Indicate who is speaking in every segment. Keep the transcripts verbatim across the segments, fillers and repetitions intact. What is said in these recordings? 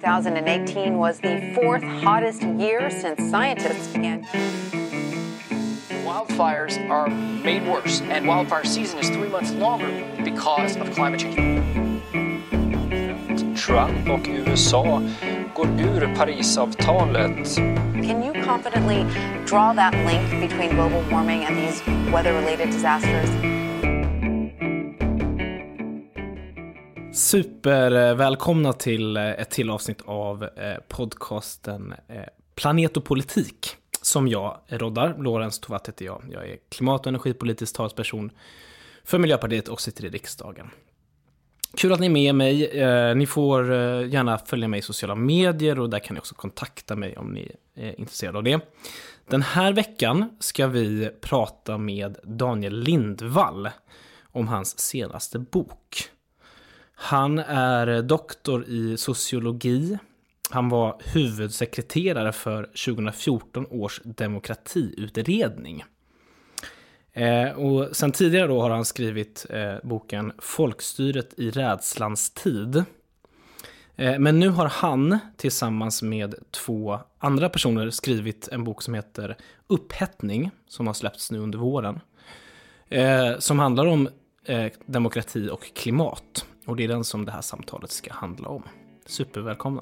Speaker 1: thousand eighteen was the fourth hottest year since scientists began.
Speaker 2: Wildfires are made worse, and wildfire season is three months longer because of climate change.
Speaker 3: Trump och U S A går ur Parisavtalet.
Speaker 1: Can you confidently draw that link between global warming and these weather-related disasters?
Speaker 4: Super välkomna till ett till avsnitt av podcasten Planet och politik som jag roddar. Lorenz Tovatt heter jag. Jag är klimat- och energipolitisk talsperson för Miljöpartiet och sitter i riksdagen. Kul att ni är med mig. Ni får gärna följa mig i sociala medier och där kan ni också kontakta mig om ni är intresserade av det. Den här veckan ska vi prata med Daniel Lindvall om hans senaste bok. Han är doktor i sociologi. Han var huvudsekreterare för tjugohundrafjorton års demokratiutredning. Eh, och sen tidigare då har han skrivit eh, boken Folkstyret i rädslans tid. Eh, men nu har han tillsammans med två andra personer skrivit en bok som heter Upphettning, som har släppts nu under våren. Eh, som handlar om eh, demokrati och klimat. Och det är den som det här samtalet ska handla om. Supervälkomna.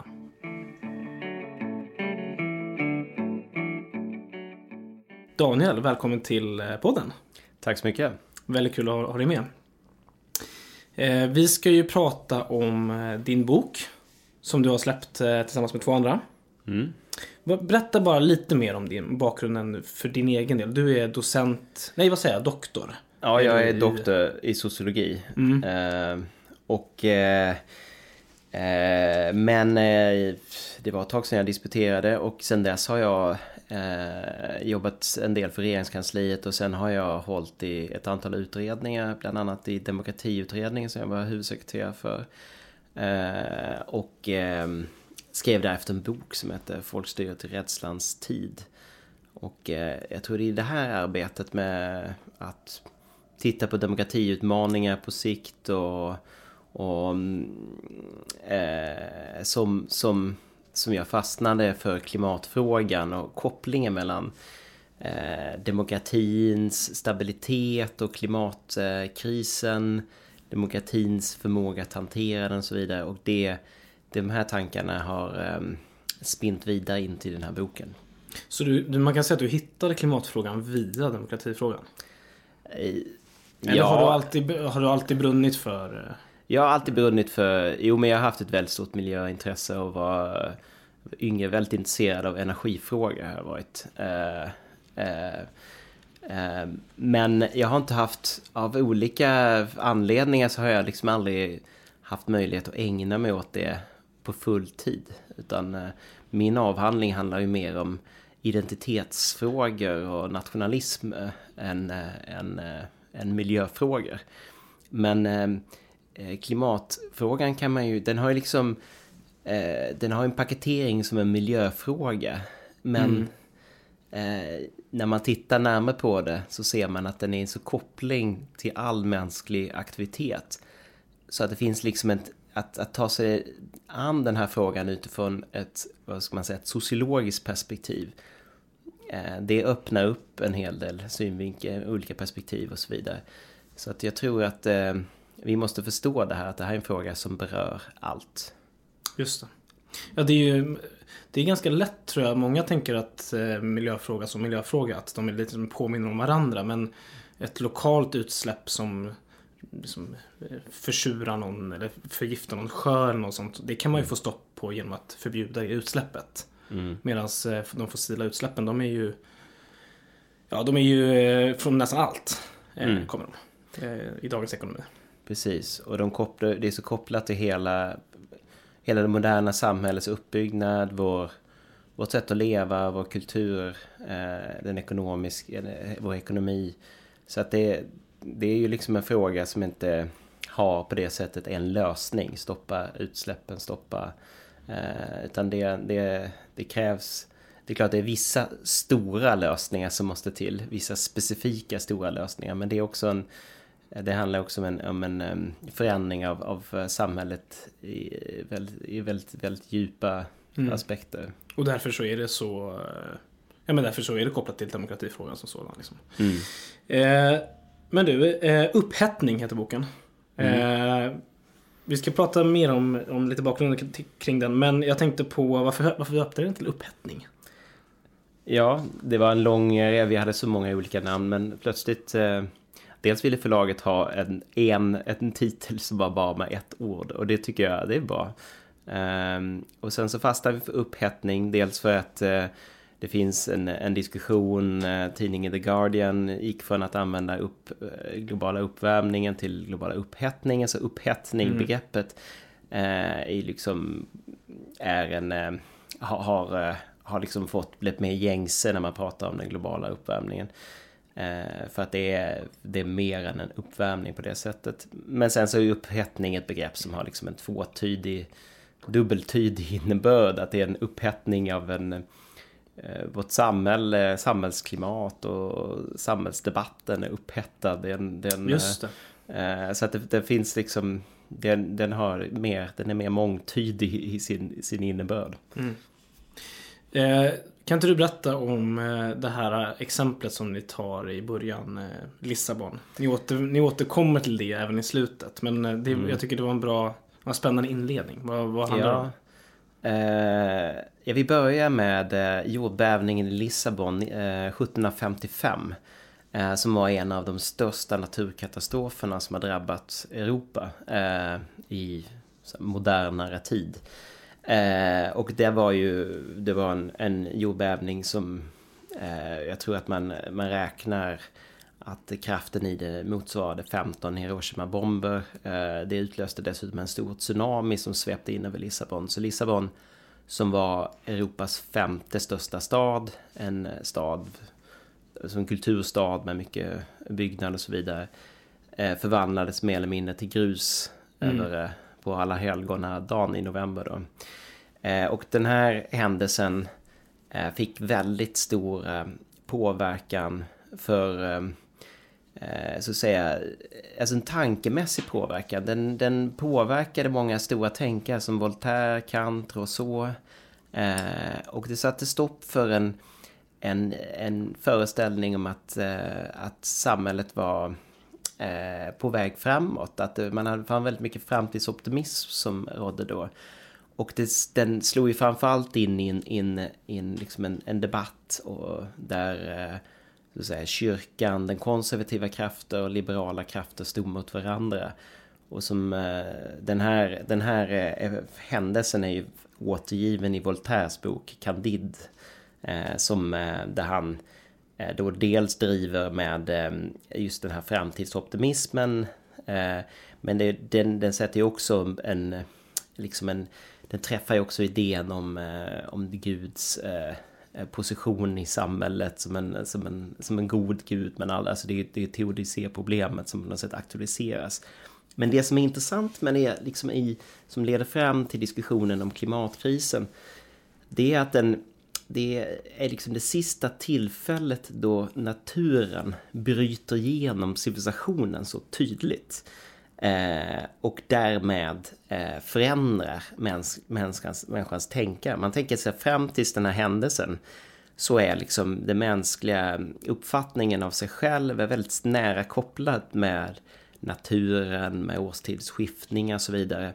Speaker 4: Daniel, välkommen till podden.
Speaker 5: Tack så mycket.
Speaker 4: Väldigt kul att ha, ha dig med. Eh, vi ska ju prata om eh, din bok som du har släppt eh, tillsammans med två andra.
Speaker 5: Mm.
Speaker 4: Berätta bara lite mer om din bakgrunden för din egen del. Du är docent, nej vad säger jag, doktor.
Speaker 5: Ja, jag är doktor i sociologi.
Speaker 4: Mm.
Speaker 5: Eh, och eh, eh, men eh, det var ett tag sedan jag disputerade och sen dess har jag eh, jobbat en del för regeringskansliet och sen har jag hållit i ett antal utredningar, bland annat i demokratiutredningen som jag var huvudsekreterare för. Eh, och eh, skrev därefter en bok som heter Folkstyret i rädslans tid. Och eh, jag tror det är det här arbetet med att titta på demokratiutmaningar på sikt och, och eh, som, som, som jag fastnade för klimatfrågan och kopplingen mellan eh, demokratins stabilitet och klimatkrisen, demokratins förmåga att hantera den och så vidare. Och det, de här tankarna har eh, spint vidare in till den här boken.
Speaker 4: Så du, man kan säga att du hittade klimatfrågan via demokratifrågan? Eller
Speaker 5: Ja,
Speaker 4: har, du alltid, har du alltid brunnit för...
Speaker 5: Jag har alltid brunnit för... Jo, men jag har haft ett väldigt stort miljöintresse och var yngre väldigt intresserad av energifrågor har jag varit. Eh, eh, eh, men jag har inte haft... Av olika anledningar så har jag liksom aldrig haft möjlighet att ägna mig åt det på full tid. Utan eh, min avhandling handlar ju mer om identitetsfrågor och nationalism än... än en miljöfrågor. Men eh, klimatfrågan kan man ju, den har ju liksom eh, den har en paketering som en miljöfråga. Men mm. eh, när man tittar närmare på det så ser man att den är en så koppling till all mänsklig aktivitet. Så att det finns liksom ett, att, att ta sig an den här frågan utifrån ett, vad ska man säga, ett sociologiskt perspektiv. Det öppnar upp en hel del synvinklar, olika perspektiv och så vidare. Så att jag tror att eh, vi måste förstå det här, att det här är en fråga som berör allt.
Speaker 4: Just det. Ja, det är ju det är ganska lätt tror jag. Många tänker att eh, miljöfråga som miljöfråga, att de är lite som påminner om varandra. Men ett lokalt utsläpp som liksom, försurar någon eller förgiftar någon sjö eller något sånt, det kan man ju få stopp på genom att förbjuda det utsläppet. Mm. Medan de fossila utsläppen, de är ju ja, de är ju från nästan allt mm. kommer de i dagens ekonomi.
Speaker 5: Precis, och de kopplar, det är så kopplat till hela hela det moderna samhällets uppbyggnad, vår, vårt sätt att leva, vår kultur, den ekonomiska, vår ekonomi. Så att det, det är ju liksom en fråga som inte har på det sättet en lösning, stoppa utsläppen, stoppa Eh, utan det, det, det krävs, det är klart det är vissa stora lösningar som måste till, vissa specifika stora lösningar, men det är också en, det handlar också om en, om en förändring av, av samhället i väldigt, i väldigt, väldigt djupa mm. aspekter.
Speaker 4: Och därför så är det så ja, men därför så är det kopplat till demokratifrågan som sådan liksom. Mm. Eh, men du, eh, Upphettning heter boken. Mm. Eh, vi ska prata mer om, om lite bakgrunden kring den, men jag tänkte på varför, varför döpte den till Upphettning?
Speaker 5: Ja, det var en lång, vi hade så många olika namn, men plötsligt eh, dels ville förlaget ha en, en, en titel som var bara med ett ord, och det tycker jag det är bra. Um, och sen så fastnade vi för upphettning, dels för att uh, det finns en, en diskussion, uh, tidningen The Guardian gick från att använda upp, uh, globala uppvärmningen till globala upphettningen, så upphettning, mm. begreppet uh, är liksom är en uh, har, har, uh, har liksom fått blivit mer gängse när man pratar om den globala uppvärmningen. Uh, för att det är, det är mer än en uppvärmning på det sättet. Men sen så är upphettning ett begrepp som har liksom en tvåtydig dubbeltydig innebörd, att det är en upphettning av en eh, vårt samhälle, samhällsklimat och samhällsdebatten är upphettad. Den, den,
Speaker 4: Just det.
Speaker 5: Eh, så att det, det finns liksom den, den har mer, den är mer mångtydig i sin, sin innebörd.
Speaker 4: Mm. Eh, kan inte du berätta om eh, det här exemplet som ni tar i början, eh, Lissabon? Ni, åter, ni återkommer till det även i slutet, men eh, det, mm. jag tycker det var en bra en spännande inledning. Vad, vad handlar det
Speaker 5: ja. om? Eh, ja, vi börjar med eh, jordbävningen i Lissabon eh, sjuttonhundrafemtiofem. Eh, som var en av de största naturkatastroferna som har drabbat Europa eh, i så, modernare tid. Eh, och det var ju det var en, en jordbävning som eh, jag tror att man, man räknar att kraften i det motsvarade femton Hiroshima-bomber. Eh, det utlöste dessutom en stor tsunami som svepte in över Lissabon. Så Lissabon, som var Europas femte största stad, en stad som en kulturstad med mycket byggnad och så vidare, eh, förvandlades mer eller mindre till grus mm. över, eh, på alla helgona dagen i november då. Eh, och den här händelsen eh, fick väldigt stor eh, påverkan för eh, så att säga, alltså en tankemässig påverkan. Den, den påverkade många stora tänkare som Voltaire, Kant, Rousseau. Eh, och det satte stopp för en, en, en föreställning om att, eh, att samhället var eh, på väg framåt. Att man hade fann väldigt mycket framtidsoptimism som rådde då. Och det, den slog ju framförallt in i in, in, in liksom en, en debatt och där eh, så att säga, kyrkan, den konservativa krafter och liberala krafter stod mot varandra. Och som eh, den här, den här eh, händelsen är ju återgiven i Voltaires bok Candide, eh, som, eh, där han eh, då dels driver med eh, just den här framtidsoptimismen, eh, men det, den, den sätter ju också en, liksom en, den träffar ju också idén om, eh, om Guds eh, position i samhället som en, som en, som en god gud, men alla, alltså det är det teodicé-problemet som på något sätt aktualiseras. Men det som är intressant med det liksom i, som leder fram till diskussionen om klimatkrisen, det är att den, det är liksom det sista tillfället då naturen bryter igenom civilisationen så tydligt eh, och därmed eh, förändrar mäns, människans, människans tänkare. Man tänker sig fram tills den här händelsen så är liksom den mänskliga uppfattningen av sig själv är väldigt nära kopplat med naturen, med årstidsskiftningar och så vidare.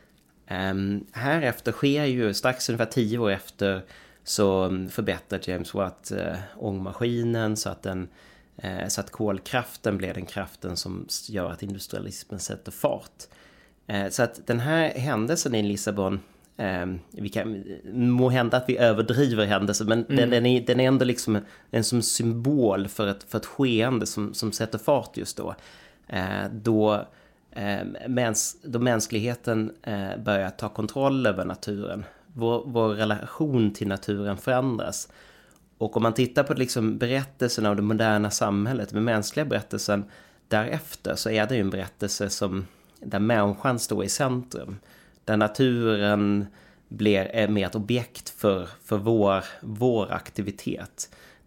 Speaker 5: Um, här efter sker ju strax ungefär tio år efter så förbättrar James Watt uh, ångmaskinen så att, den, uh, så att kolkraften blir den kraften som gör att industrialismen sätter fart. Uh, så att den här händelsen i Lissabon, um, vi kan, må hända att vi överdriver händelsen, men mm. den, den, är, den är ändå liksom en som symbol för ett, för ett skeende som, som sätter fart just då. Uh, då Eh, mäns, då mänskligheten eh, börjar ta kontroll över naturen. Vår, vår relation till naturen förändras. Och om man tittar på liksom berättelsen av det moderna samhället, med mänskliga berättelsen därefter, så är det ju en berättelse som, där människan står i centrum. Där naturen blir, är mer ett objekt för, för vår, vår aktivitet.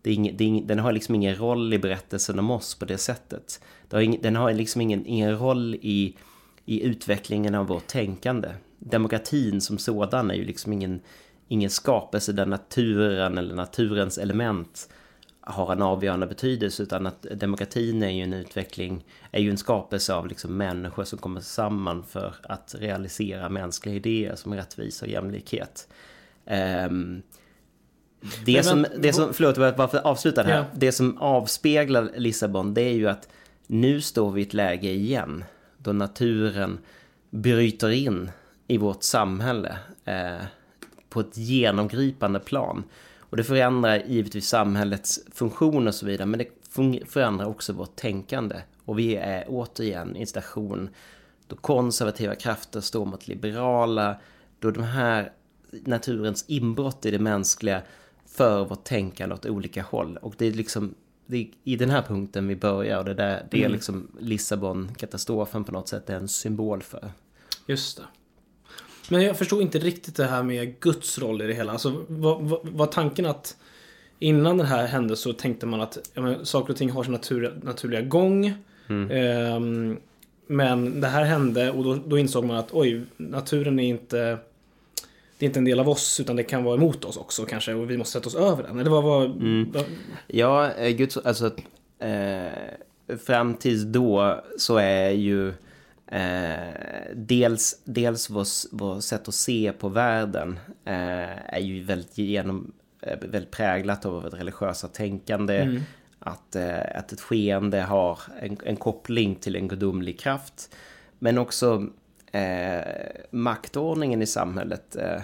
Speaker 5: det är ing, det är ing, den har liksom ingen roll i berättelsen om oss på det sättet. Det har ing, den har liksom ingen, ingen roll i, i utvecklingen av vårt tänkande. Demokratin som sådan är ju liksom ingen, ingen skapelse där naturen eller naturens element har en avgörande betydelse, utan att demokratin är ju en utveckling, är ju en skapelse av liksom människor som kommer samman för att realisera mänskliga idéer som rättvisa och jämlikhet. Um, det, men, som, det som, förlåt varför avsluta det här, ja. Det som avspeglar Lissabon, det är ju att nu står vi i ett läge igen då naturen bryter in i vårt samhälle eh, på ett genomgripande plan. Och det förändrar givetvis samhällets funktion och så vidare, men det förändrar också vårt tänkande. Och vi är återigen i en station då konservativa krafter står mot liberala, då de här naturens inbrott i det mänskliga för vårt tänkande åt olika håll. Och det är liksom det är i den här punkten vi börjar, och det, där, det är liksom Lissabon-katastrofen på något sätt är en symbol för.
Speaker 4: Just det. Men jag förstår inte riktigt det här med Guds roll i det hela. Alltså, var, var, var tanken att innan det här hände så tänkte man att ja, men, saker och ting har sin natur, naturliga gång. Mm. Um, men det här hände och då, då insåg man att oj, naturen är inte, det är inte en del av oss, utan det kan vara emot oss också kanske, och vi måste sätta oss över den. Eller vad var...
Speaker 5: Mm. Ja, Guds, alltså eh, fram tills då så är ju Eh, dels dels vår, vår sätt att se på världen eh, är ju väldigt, genom, eh, väldigt präglat av ett religiösa tänkande. Mm. Att, eh, att ett skeende har en, en koppling till en gudomlig kraft. Men också eh, maktordningen i samhället eh,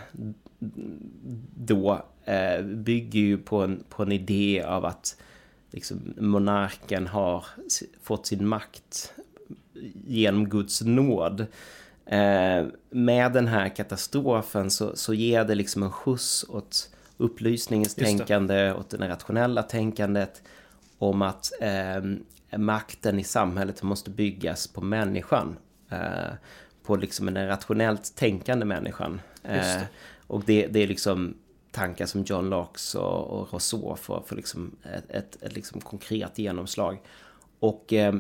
Speaker 5: då eh, bygger ju på en, på en idé av att liksom, monarken har fått sin makt genom Guds nåd. Eh, med den här katastrofen så, så ger det liksom en skjuts åt upplysningens tänkande, åt det rationella tänkandet om att eh, makten i samhället måste byggas på människan. Eh, på liksom en rationellt tänkande människan. Eh, det. Och det, det är liksom tankar som John Locke och, och Rousseau för, för liksom ett, ett, ett liksom konkret genomslag. Och eh,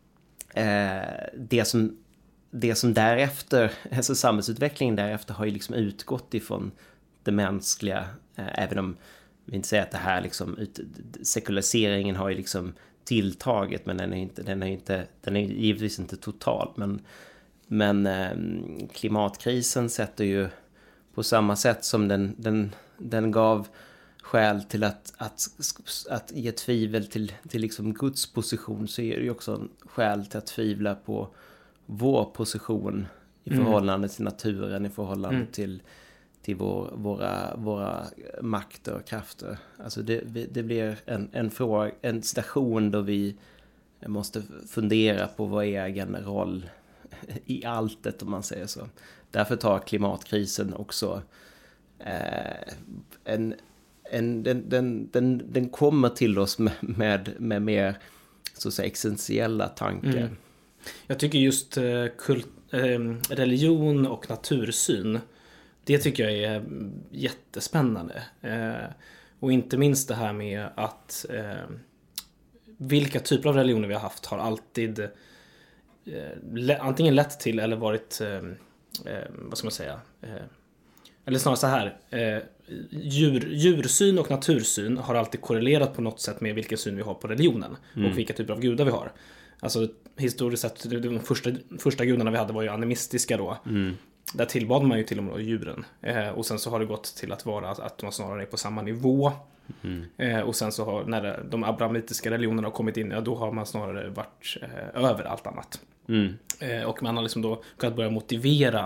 Speaker 5: Eh, det som det som därefter, alltså samhällsutvecklingen därefter har ju liksom utgått ifrån det mänskliga, eh, även om vi inte säger att det här liksom ut, sekulariseringen har ju liksom tilltagit, men den är inte den är inte den är givetvis inte total, men men eh, klimatkrisen sätter ju på samma sätt som den den den gav skäl till att, att, att ge tvivel till, till liksom Guds position, så är det ju också en skäl till att tvivla på vår position i förhållande till naturen, i förhållande mm. till, till vår, våra, våra makter och krafter. Alltså det, det blir en, en, fråga, en station då vi måste fundera på vår egen roll i alltet, om man säger så. Därför tar klimatkrisen också eh, en En, den, den, den, den kommer till oss med, med, med mer så att säga, essentiella tankar. Mm.
Speaker 4: Jag tycker just eh, kult, eh, religion och natursyn, det tycker jag är jättespännande. Eh, och inte minst det här med att eh, vilka typer av religioner vi har haft har alltid eh, le, antingen lett till eller varit, eh, eh, vad ska man säga... Eh, Eller snarare så här, eh, djur, djursyn och natursyn har alltid korrelerat på något sätt med vilken syn vi har på religionen mm. och vilka typer av gudar vi har. Alltså historiskt sett, de första, första gudarna vi hade var ju animistiska då. Mm. Där tillbad man ju till och med djuren. Eh, och sen så har det gått till att vara att man snarare är på samma nivå. Mm. Eh, och sen så har, när de abrahamitiska religionerna har kommit in, ja, då har man snarare varit eh, över allt annat. Mm. Eh, och man har liksom då kunnat börja motivera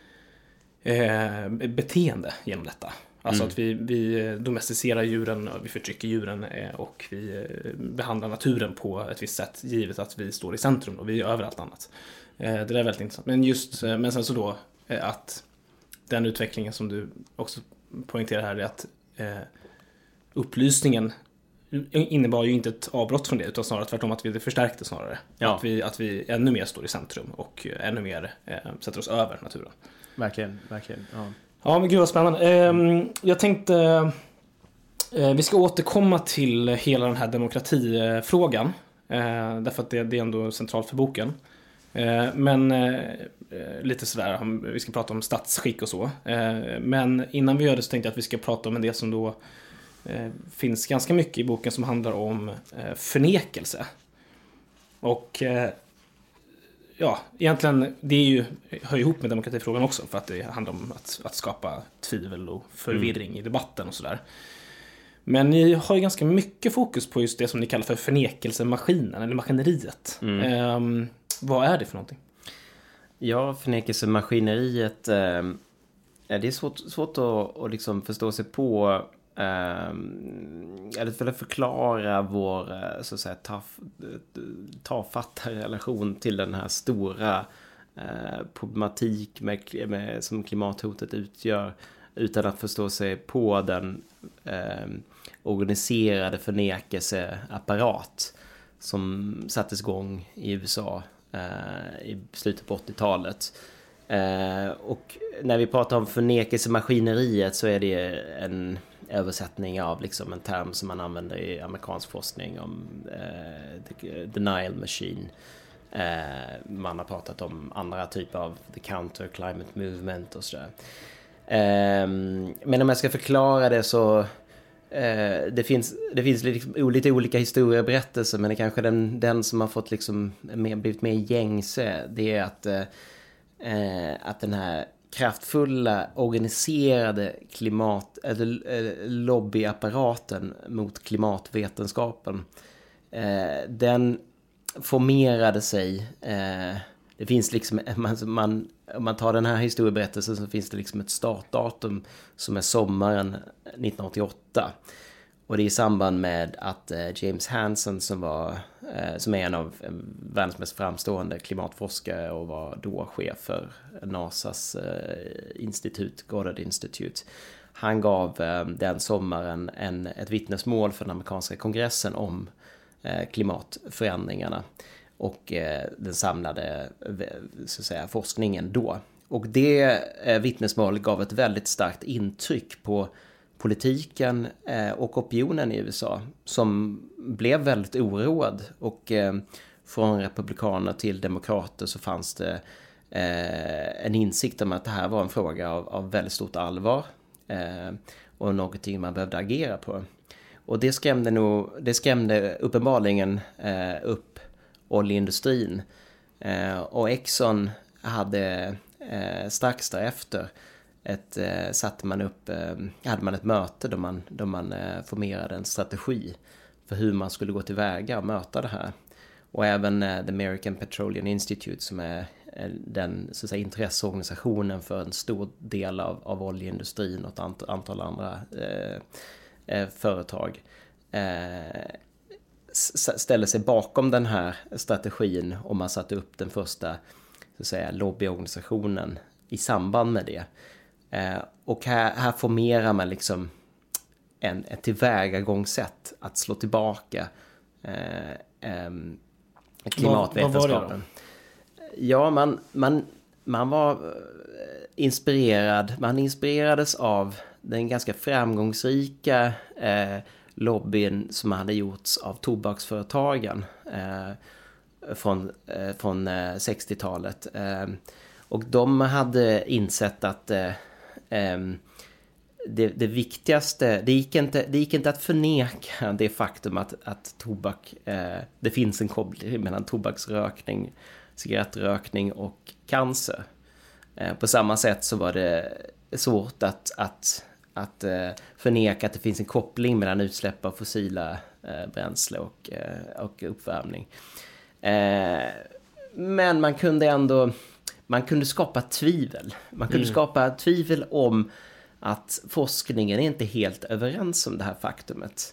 Speaker 4: Eh, beteende genom detta. Alltså mm. att vi, vi domesticerar djuren, vi förtrycker djuren eh, och vi eh, behandlar naturen på ett visst sätt, givet att vi står i centrum och vi är över allt annat. Eh, det där är väldigt intressant. Men just, eh, men sen så då eh, att den utvecklingen som du också poängterar här är att eh, upplysningen innebar ju inte ett avbrott från det, utan snarare tvärtom att vi det förstärkte snarare. Ja. Att, vi, att vi ännu mer står i centrum och ännu mer eh, sätter oss över naturen.
Speaker 5: Verkligen, verkligen. Ja,
Speaker 4: ja men gud vad spännande. Eh, jag tänkte Vi ska återkomma till hela den här demokratifrågan. Därför att det, det är ändå centralt för boken. Men lite sådär, vi ska prata om statsskick och så. Men innan vi gör det så tänkte jag att vi ska prata om en del som då finns ganska mycket i boken som handlar om förnekelse. Och ja, egentligen det är ju, hör ihop med demokratifrågan också, för att det handlar om att, att skapa tvivel och förvirring mm. i debatten och sådär. Men ni har ju ganska mycket fokus på just det som ni kallar för förnekelsemaskinen eller maskineriet. Mm. Um, vad är det för någonting?
Speaker 5: Ja, förnekelsemaskineriet, eh, det är svårt, svårt att, att liksom förstå sig på, eh, eller för att förklara vår så att säga, taf, tafatta relation till den här stora eh, problematik med, med, som klimathotet utgör, utan att förstå sig på den eh, organiserade förnekelseapparat som sattes igång i U S A i slutet på åttiotalet. Eh, och när vi pratar om förnekelsemaskineriet så är det en översättning av liksom en term som man använder i amerikansk forskning om eh, the denial machine. Eh, man har pratat om andra typer av the counter climate movement och sådär. Eh, men om jag ska förklara det så Eh, det finns, det finns liksom lite olika historieberättelser, men det är kanske den, den som har fått liksom mer, blivit mer gängse, det är att, eh, att den här kraftfulla organiserade klimat, eller, eller lobbyapparaten mot klimatvetenskapen, eh, den formerade sig. Eh, det finns liksom, man, man, om man tar den här historieberättelsen så finns det liksom ett startdatum som är sommaren nittonhundraåttioåtta. Och det är i samband med att eh, James Hansen som, var, eh, som är en av eh, världens mest framstående klimatforskare och var då chef för NASAs eh, institut, Goddard Institute. Han gav eh, den sommaren en, ett vittnesmål för den amerikanska kongressen om eh, klimatförändringarna och eh, den samlade så att säga, forskningen då. Och det eh, vittnesmålet gav ett väldigt starkt intryck på politiken eh, och opinionen i U S A, som blev väldigt oroad. Och eh, från republikaner till demokrater så fanns det eh, en insikt om att det här var en fråga av, av väldigt stort allvar eh, och någonting man behövde agera på. Och det skrämde, nog, det skrämde uppenbarligen eh, upp oljeindustrin. Eh, och Exxon hade eh, strax därefter ett, eh, satte man upp, eh, hade man ett möte då man, då man eh, formerade en strategi för hur man skulle gå tillväga och möta det här. Och även eh, The American Petroleum Institute, som är eh, den så att säga, intresseorganisationen för en stor del av, av oljeindustrin och ett antal, antal andra eh, eh, företag, eh, ställer sig bakom den här strategin, och man satte upp den första så att säga, lobbyorganisationen i samband med det. Eh, och här, här formerar man liksom en, ett tillvägagångssätt att slå tillbaka eh, eh, klimatvetenskapen. Vad, vad var det då? Ja, man, man, man var inspirerad, man inspirerades av den ganska framgångsrika eh, lobbyn som hade gjorts av tobaksföretagen eh, från, eh, från eh, sextiotalet. Eh, och de hade insett att eh, eh, det, det viktigaste, det gick, inte, det gick inte att förneka det faktum att, att tobak, eh, det finns en koppling mellan tobaksrökning, cigarettrökning och cancer. Eh, på samma sätt så var det svårt att, att att eh, förneka att det finns en koppling mellan utsläpp av fossila eh, bränsle och, eh, och uppvärmning. Eh, men man kunde ändå man kunde skapa tvivel. Man kunde mm. skapa tvivel om att forskningen är inte helt överens om det här faktumet.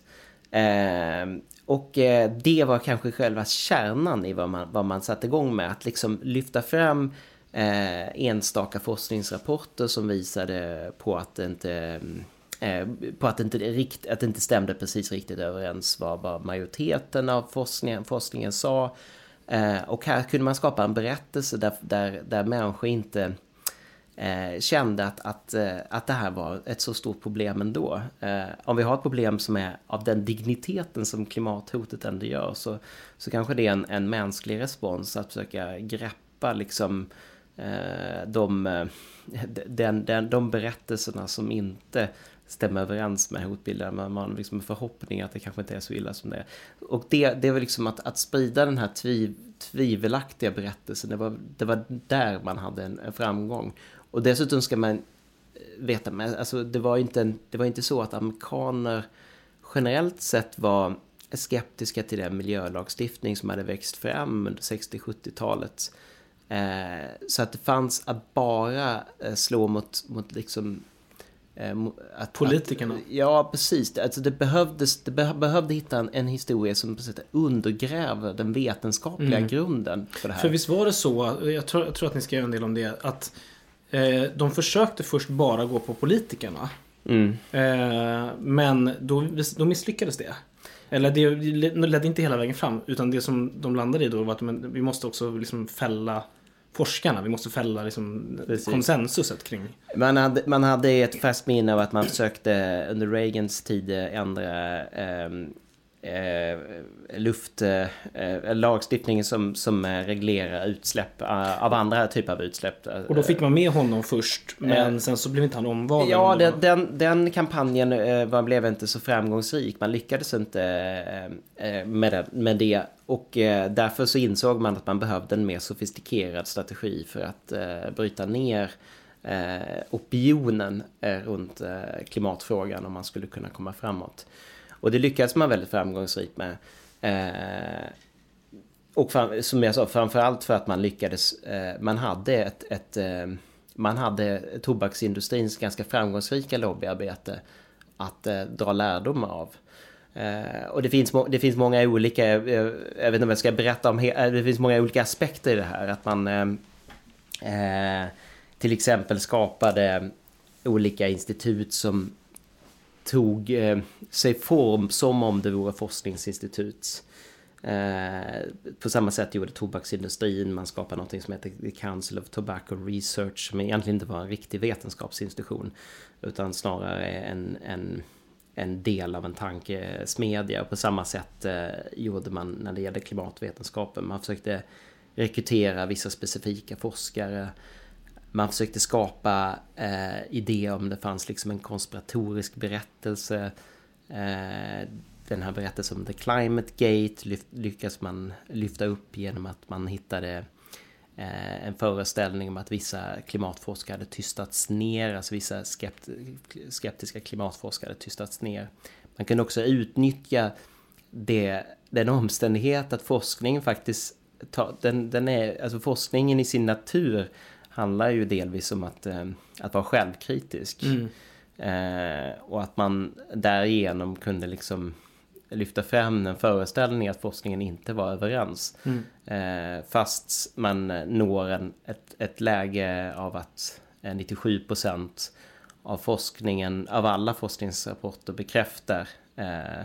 Speaker 5: Eh, och eh, det var kanske själva kärnan i vad man, vad man satte igång med. Att liksom lyfta fram Eh, enstaka forskningsrapporter som visade på att det inte, eh, på att det inte, rikt, att det inte stämde precis riktigt överens vad, vad majoriteten av forskningen, forskningen sa. Eh, och här kunde man skapa en berättelse där, där, där människor inte eh, kände att, att, eh, att det här var ett så stort problem ändå. Eh, om vi har ett problem som är av den digniteten som klimathotet ändå gör, så, så kanske det är en, en mänsklig respons att försöka greppa liksom eh, de, eh, den, den, de berättelserna som inte stämmer överens med hotbilden, men man har liksom en förhoppning att det kanske inte är så illa som det är. Och det, det var liksom att, att sprida den här tviv, tvivelaktiga berättelsen, det var, det var där man hade en, en framgång. Och dessutom ska man veta, men alltså det var inte en, det var inte så att amerikaner generellt sett var skeptiska till den miljölagstiftning som hade växt fram under sextio-sjuttiotalet. Eh, så att det fanns att bara eh, slå mot, mot liksom Att,
Speaker 4: politikerna.
Speaker 5: Att, ja, precis. Alltså det, behövdes, det be, behövde hitta en, en historia som på sätt undergräver den vetenskapliga mm. grunden för det här.
Speaker 4: För visst var det så, jag tror, jag tror att ni ska göra en del om det, att eh, de försökte först bara gå på politikerna. Mm. Eh, men då, då misslyckades det. Eller det ledde inte hela vägen fram, utan det som de landade i då var att men, vi måste också liksom fälla forskarna, vi måste fälla liksom konsensuset kring.
Speaker 5: Man hade, man hade ett färskt minne av att man försökte under Reagans tid ändra eh, eh, luft eh, lagstiftningen som, som reglerar utsläpp eh, av andra typer av utsläpp.
Speaker 4: Och då fick man med honom först, men eh, sen så blev inte han omvald.
Speaker 5: Ja, den, den, den kampanjen eh, var, blev inte så framgångsrik. Man lyckades inte eh, med, det, med det. Och eh, därför så insåg man att man behövde en mer sofistikerad strategi för att eh, bryta ner eh, opinionen eh, runt eh, klimatfrågan om man skulle kunna komma framåt. Och det lyckades man väldigt framgångsrikt med. Eh, och fram, som jag sa, framförallt för att man lyckades, eh, man hade ett, ett eh, man hade tobaksindustrins ganska framgångsrika lobbyarbete att eh, dra lärdom av. Uh, och det finns, det finns många olika, uh, jag vet inte om jag ska berätta om, he- det finns många olika aspekter i det här. Att man uh, uh, till exempel skapade olika institut som tog uh, sig form som om det vore forskningsinstitut. Uh, på samma sätt gjorde tobaksindustrin, man skapade något som heter The Council of Tobacco Research, som egentligen inte var en riktig vetenskapsinstitution utan snarare en, en en del av en tankesmedja. Och på samma sätt eh, gjorde man när det gällde klimatvetenskapen. Man försökte rekrytera vissa specifika forskare. Man försökte skapa eh, idéer om det fanns liksom en konspiratorisk berättelse. Eh, den här berättelsen om The Climate Gate lyft, lyckas man lyfta upp genom att man hittade en föreställning om att vissa klimatforskare hade tystats ner, alltså vissa skept, skeptiska klimatforskare hade tystats ner. Man kan också utnyttja det, den omständighet att forskningen faktiskt ta, den, den är, alltså forskningen i sin natur handlar ju delvis om att, att vara självkritisk. Mm. Eh, och att man därigenom kunde liksom lyfta fram den föreställningen att forskningen inte var överens. Mm. Eh, fast man når en, ett, ett läge av att nittiosju procent av forskningen, av alla forskningsrapporter bekräftar eh,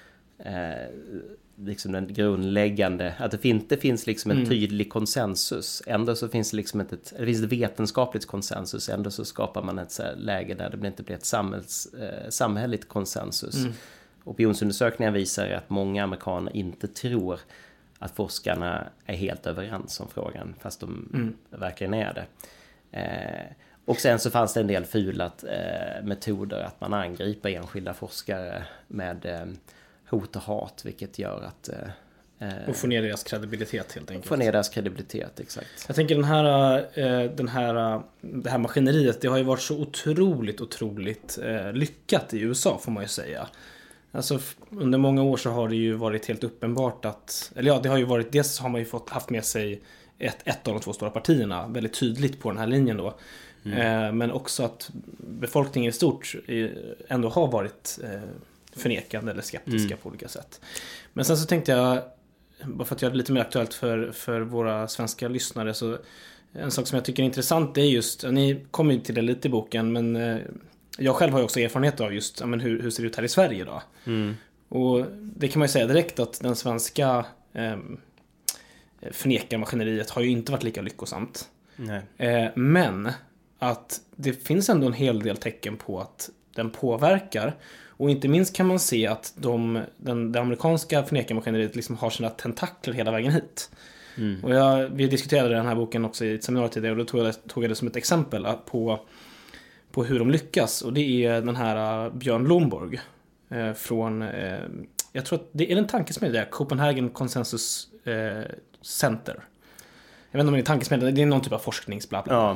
Speaker 5: eh, liksom den grundläggande, att det inte finns liksom en mm. tydlig konsensus. Ändå så finns det liksom ett, ett, det finns ett vetenskapligt konsensus, ändå så skapar man ett så här läge där det inte blir ett samhälls, eh, samhälleligt konsensus. Mm. Opinionsundersökningar visar att många amerikaner inte tror att forskarna är helt överens om frågan, fast de mm. verkligen är det. Eh, och sen så fanns det en del fula eh, metoder att man angriper enskilda forskare med eh, hot och hat, vilket gör att... Eh,
Speaker 4: och få ner deras kredibilitet helt enkelt.
Speaker 5: Få ner deras kredibilitet, exakt.
Speaker 4: Jag tänker den här, eh, den här, det här maskineriet, det har ju varit så otroligt, otroligt eh, lyckat i U S A, får man ju säga. Alltså under många år så har det ju varit helt uppenbart att, eller ja, det har ju varit, dels har man ju fått haft med sig ett, ett av de två stora partierna väldigt tydligt på den här linjen då. Mm. Eh, men också att befolkningen i stort ändå har varit eh, förnekande eller skeptiska mm. på olika sätt. Men sen så tänkte jag, bara för att göra det lite mer aktuellt för, för våra svenska lyssnare, så en sak som jag tycker är intressant är just, ni kommer ju till det lite i boken, men eh, jag själv har ju också erfarenhet av just ja, men hur, hur ser det ut här i Sverige då. Mm. Och det kan man ju säga direkt att den svenska eh, förnekarmaskineriet har ju inte varit lika lyckosamt. Nej. Eh, men att det finns ändå en hel del tecken på att den påverkar. Och inte minst kan man se att de, den, det amerikanska förnekarmaskineriet liksom har sina tentakler hela vägen hit. Mm. Och jag, vi diskuterade den här boken också i ett seminarium tidigare, och då tog jag, tog jag det som ett exempel på, på hur de lyckas. Och det är den här uh, Björn Lomborg eh, från, eh, jag tror att det är en tankesmedja, Copenhagen Consensus eh, Center. Jag vet inte om det är tankesmedja, det är någon typ av forskningsblabbla. Ja.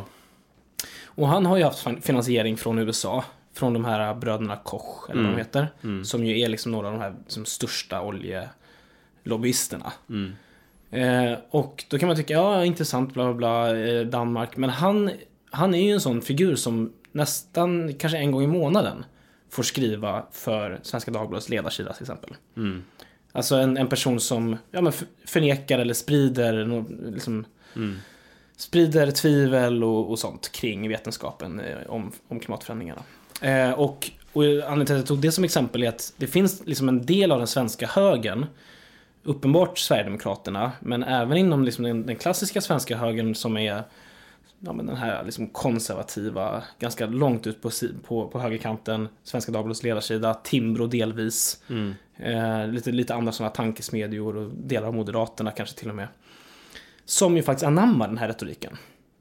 Speaker 4: Och han har ju haft finansiering från U S A, från de här bröderna Koch, eller mm. vad de heter, mm. som ju är liksom några av de här som största oljelobbyisterna. Mm. Eh, och då kan man tycka, ja, intressant, bla bla bla, eh, Danmark. Men han, han är ju en sån figur som nästan, kanske en gång i månaden, får skriva för Svenska Dagbladets ledarsida till exempel. Mm. Alltså en, en person som ja, men förnekar eller sprider liksom, mm. sprider tvivel och, och sånt kring vetenskapen eh, om, om klimatförändringarna. Eh, och, och anledningen till att jag tog det som exempel är att det finns liksom en del av den svenska högern, uppenbart Sverigedemokraterna, men även inom liksom den, den klassiska svenska högern som är ja, men den här liksom konservativa, ganska långt ut på, på, på högerkanten, Svenska Dagbladets ledarsida, Timbro delvis, mm. eh, lite, lite andra sådana tankesmedjor och delar av Moderaterna kanske till och med, som ju faktiskt anammar den här retoriken.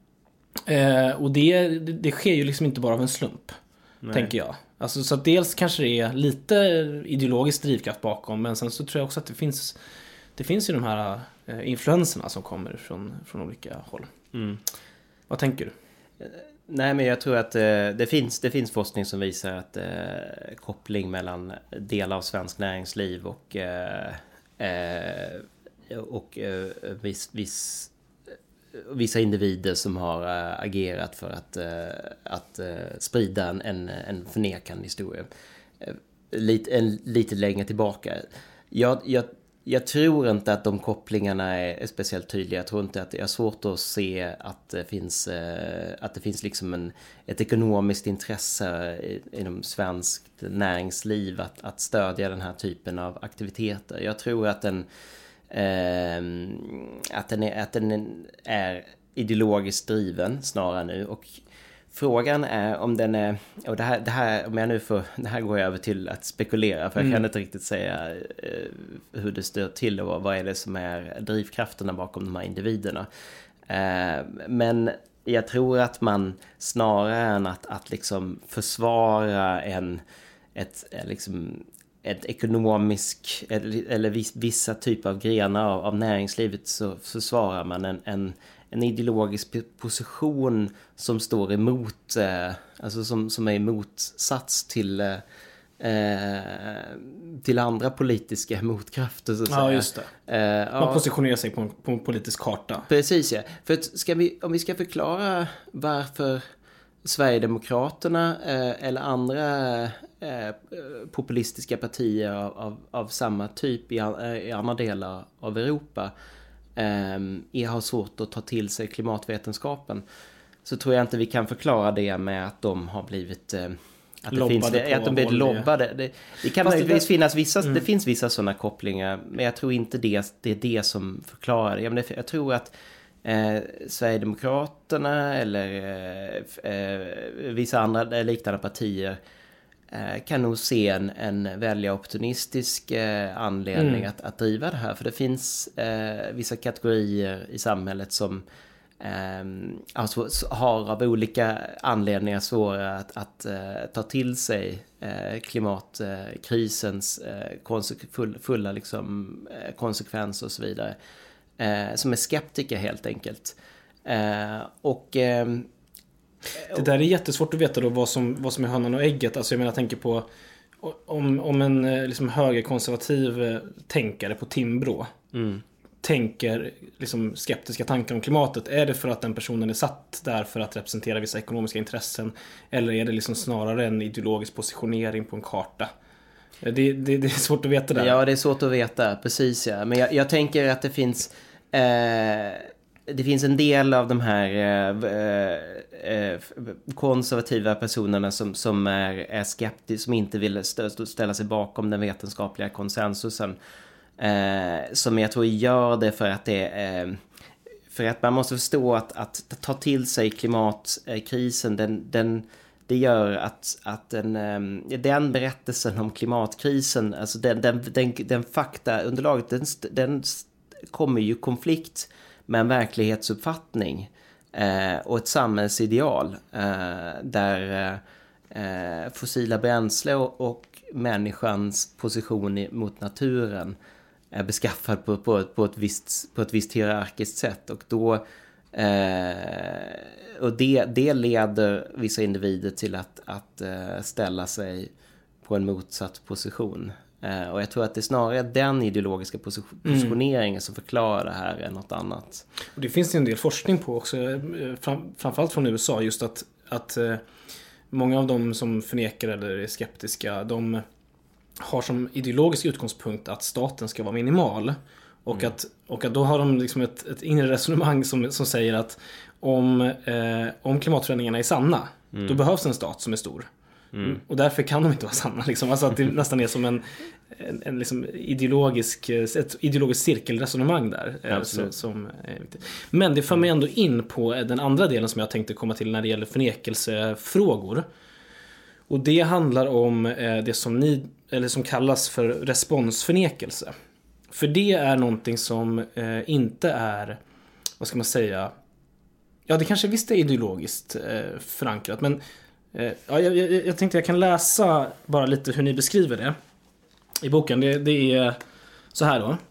Speaker 4: Eh, och det, det, det sker ju liksom inte bara av en slump. Nej. Tänker jag. Alltså, så att dels kanske det är lite ideologisk drivkraft bakom, men sen så tror jag också att det finns det finns ju de här eh, influenserna som kommer från, från olika håll. Mm. Vad tänker du?
Speaker 5: Nej, men jag tror att eh, det, finns, det finns forskning som visar att eh, koppling mellan delar av svensk näringsliv och, eh, eh, och eh, viss, viss vissa individer som har äh, agerat för att, äh, att äh, sprida en, en, en förnekande historia äh, lite, en, lite längre tillbaka. Jag, jag, jag tror inte att de kopplingarna är, är speciellt tydliga. Jag tror inte att det är svårt att se att det finns, äh, att det finns liksom en, ett ekonomiskt intresse inom svenskt näringsliv att, att stödja den här typen av aktiviteter. Jag tror att den Uh, att, den är, att den är ideologiskt driven snarare nu, och frågan är om den är, och det här, det här om jag nu får, det här går jag över till att spekulera, för jag mm. kan inte riktigt säga uh, hur det står till och vad är det som är drivkrafterna bakom de här individerna, uh, men jag tror att man snarare än att, att liksom försvara en ett liksom ett ekonomisk eller, eller vissa typer av grenar av, av näringslivet, så försvarar man en, en, en ideologisk position som står emot, eh, alltså som, som är motsats till eh, till andra politiska motkrafter, så att
Speaker 4: ja,
Speaker 5: säga.
Speaker 4: Just det. Eh, man ja. positionerar sig på en, på en politisk karta.
Speaker 5: Precis, ja. För att ska vi, om vi ska förklara varför Sverigedemokraterna eh, eller andra eh, populistiska partier av, av, av samma typ i, i andra delar av Europa eh, har svårt att ta till sig klimatvetenskapen, så tror jag inte vi kan förklara det med att de har blivit eh, att det finns att de blir lobbade. Det, det kan möjligtvis finnas vissa mm. det finns vissa sådana kopplingar, men jag tror inte det, det är det som förklarar det. Jag, jag tror att Eh, Sverigedemokraterna eller eh, eh, vissa andra liknande partier eh, kan nog se en, en väldigt opportunistisk eh, anledning mm. att, att driva det här. För det finns eh, vissa kategorier i samhället som eh, alltså, har av olika anledningar svårare att, att eh, ta till sig eh, klimatkrisens eh, konse- full, fulla liksom, eh, konsekvenser och så vidare. Eh, som är skeptiker helt enkelt. Eh, och, eh,
Speaker 4: det där är jättesvårt att veta då vad som, vad som är hönan och ägget. Alltså jag menar, jag tänker på om, om en liksom högerkonservativ tänkare på Timbro mm. tänker liksom skeptiska tankar om klimatet. Är det för att den personen är satt där för att representera vissa ekonomiska intressen, eller är det liksom snarare en ideologisk positionering på en karta? Det, det, det är svårt att veta där.
Speaker 5: Ja, det är svårt att veta, precis ja. Men jag, jag tänker att det finns eh, det finns en del av de här eh, eh, konservativa personerna som, som är, är skeptiska, som inte vill st- ställa sig bakom den vetenskapliga konsensusen. Eh, som jag tror gör det för att det eh, För att man måste förstå att, att ta till sig klimatkrisen, den, den, det gör att, att den, den berättelsen om klimatkrisen, alltså den, den, den, den faktaunderlaget, den, den kommer ju konflikt med en verklighetsuppfattning eh, och ett samhällsideal eh, där eh, fossila bränsle och, och människans position mot naturen är beskaffad på, på, på, ett, visst, på ett visst hierarkiskt sätt. Och, då, eh, och det, det leder vissa individer till att, att eh, ställa sig på en motsatt position. Eh, och jag tror att det är snarare den ideologiska position, mm. positioneringen som förklarar det här än något annat.
Speaker 4: Och det finns ju en del forskning på också, fram, framförallt från U S A, just att, att eh, många av dem som förnekar eller är skeptiska, de har som ideologisk utgångspunkt att staten ska vara minimal. Och, mm. att, och att då har de liksom ett, ett inre resonemang som, som säger att om, eh, om klimatförändringarna är sanna, mm. då behövs en stat som är stor. Mm. Och därför kan de inte vara sanna. Liksom. Alltså att det nästan är som en, en, en liksom ideologisk, ett ideologiskt cirkelresonemang där. Ja, så, som är viktigt. Men det för mig ändå in på den andra delen som jag tänkte komma till när det gäller förnekelsefrågor. Och det handlar om eh, det som, ni, eller som kallas för responsförnekelse. För det är någonting som eh, inte är, vad ska man säga, ja det kanske visst är ideologiskt eh, förankrat, men eh, ja, jag, jag, jag tänkte jag kan läsa bara lite hur ni beskriver det i boken. Det, det är så här då.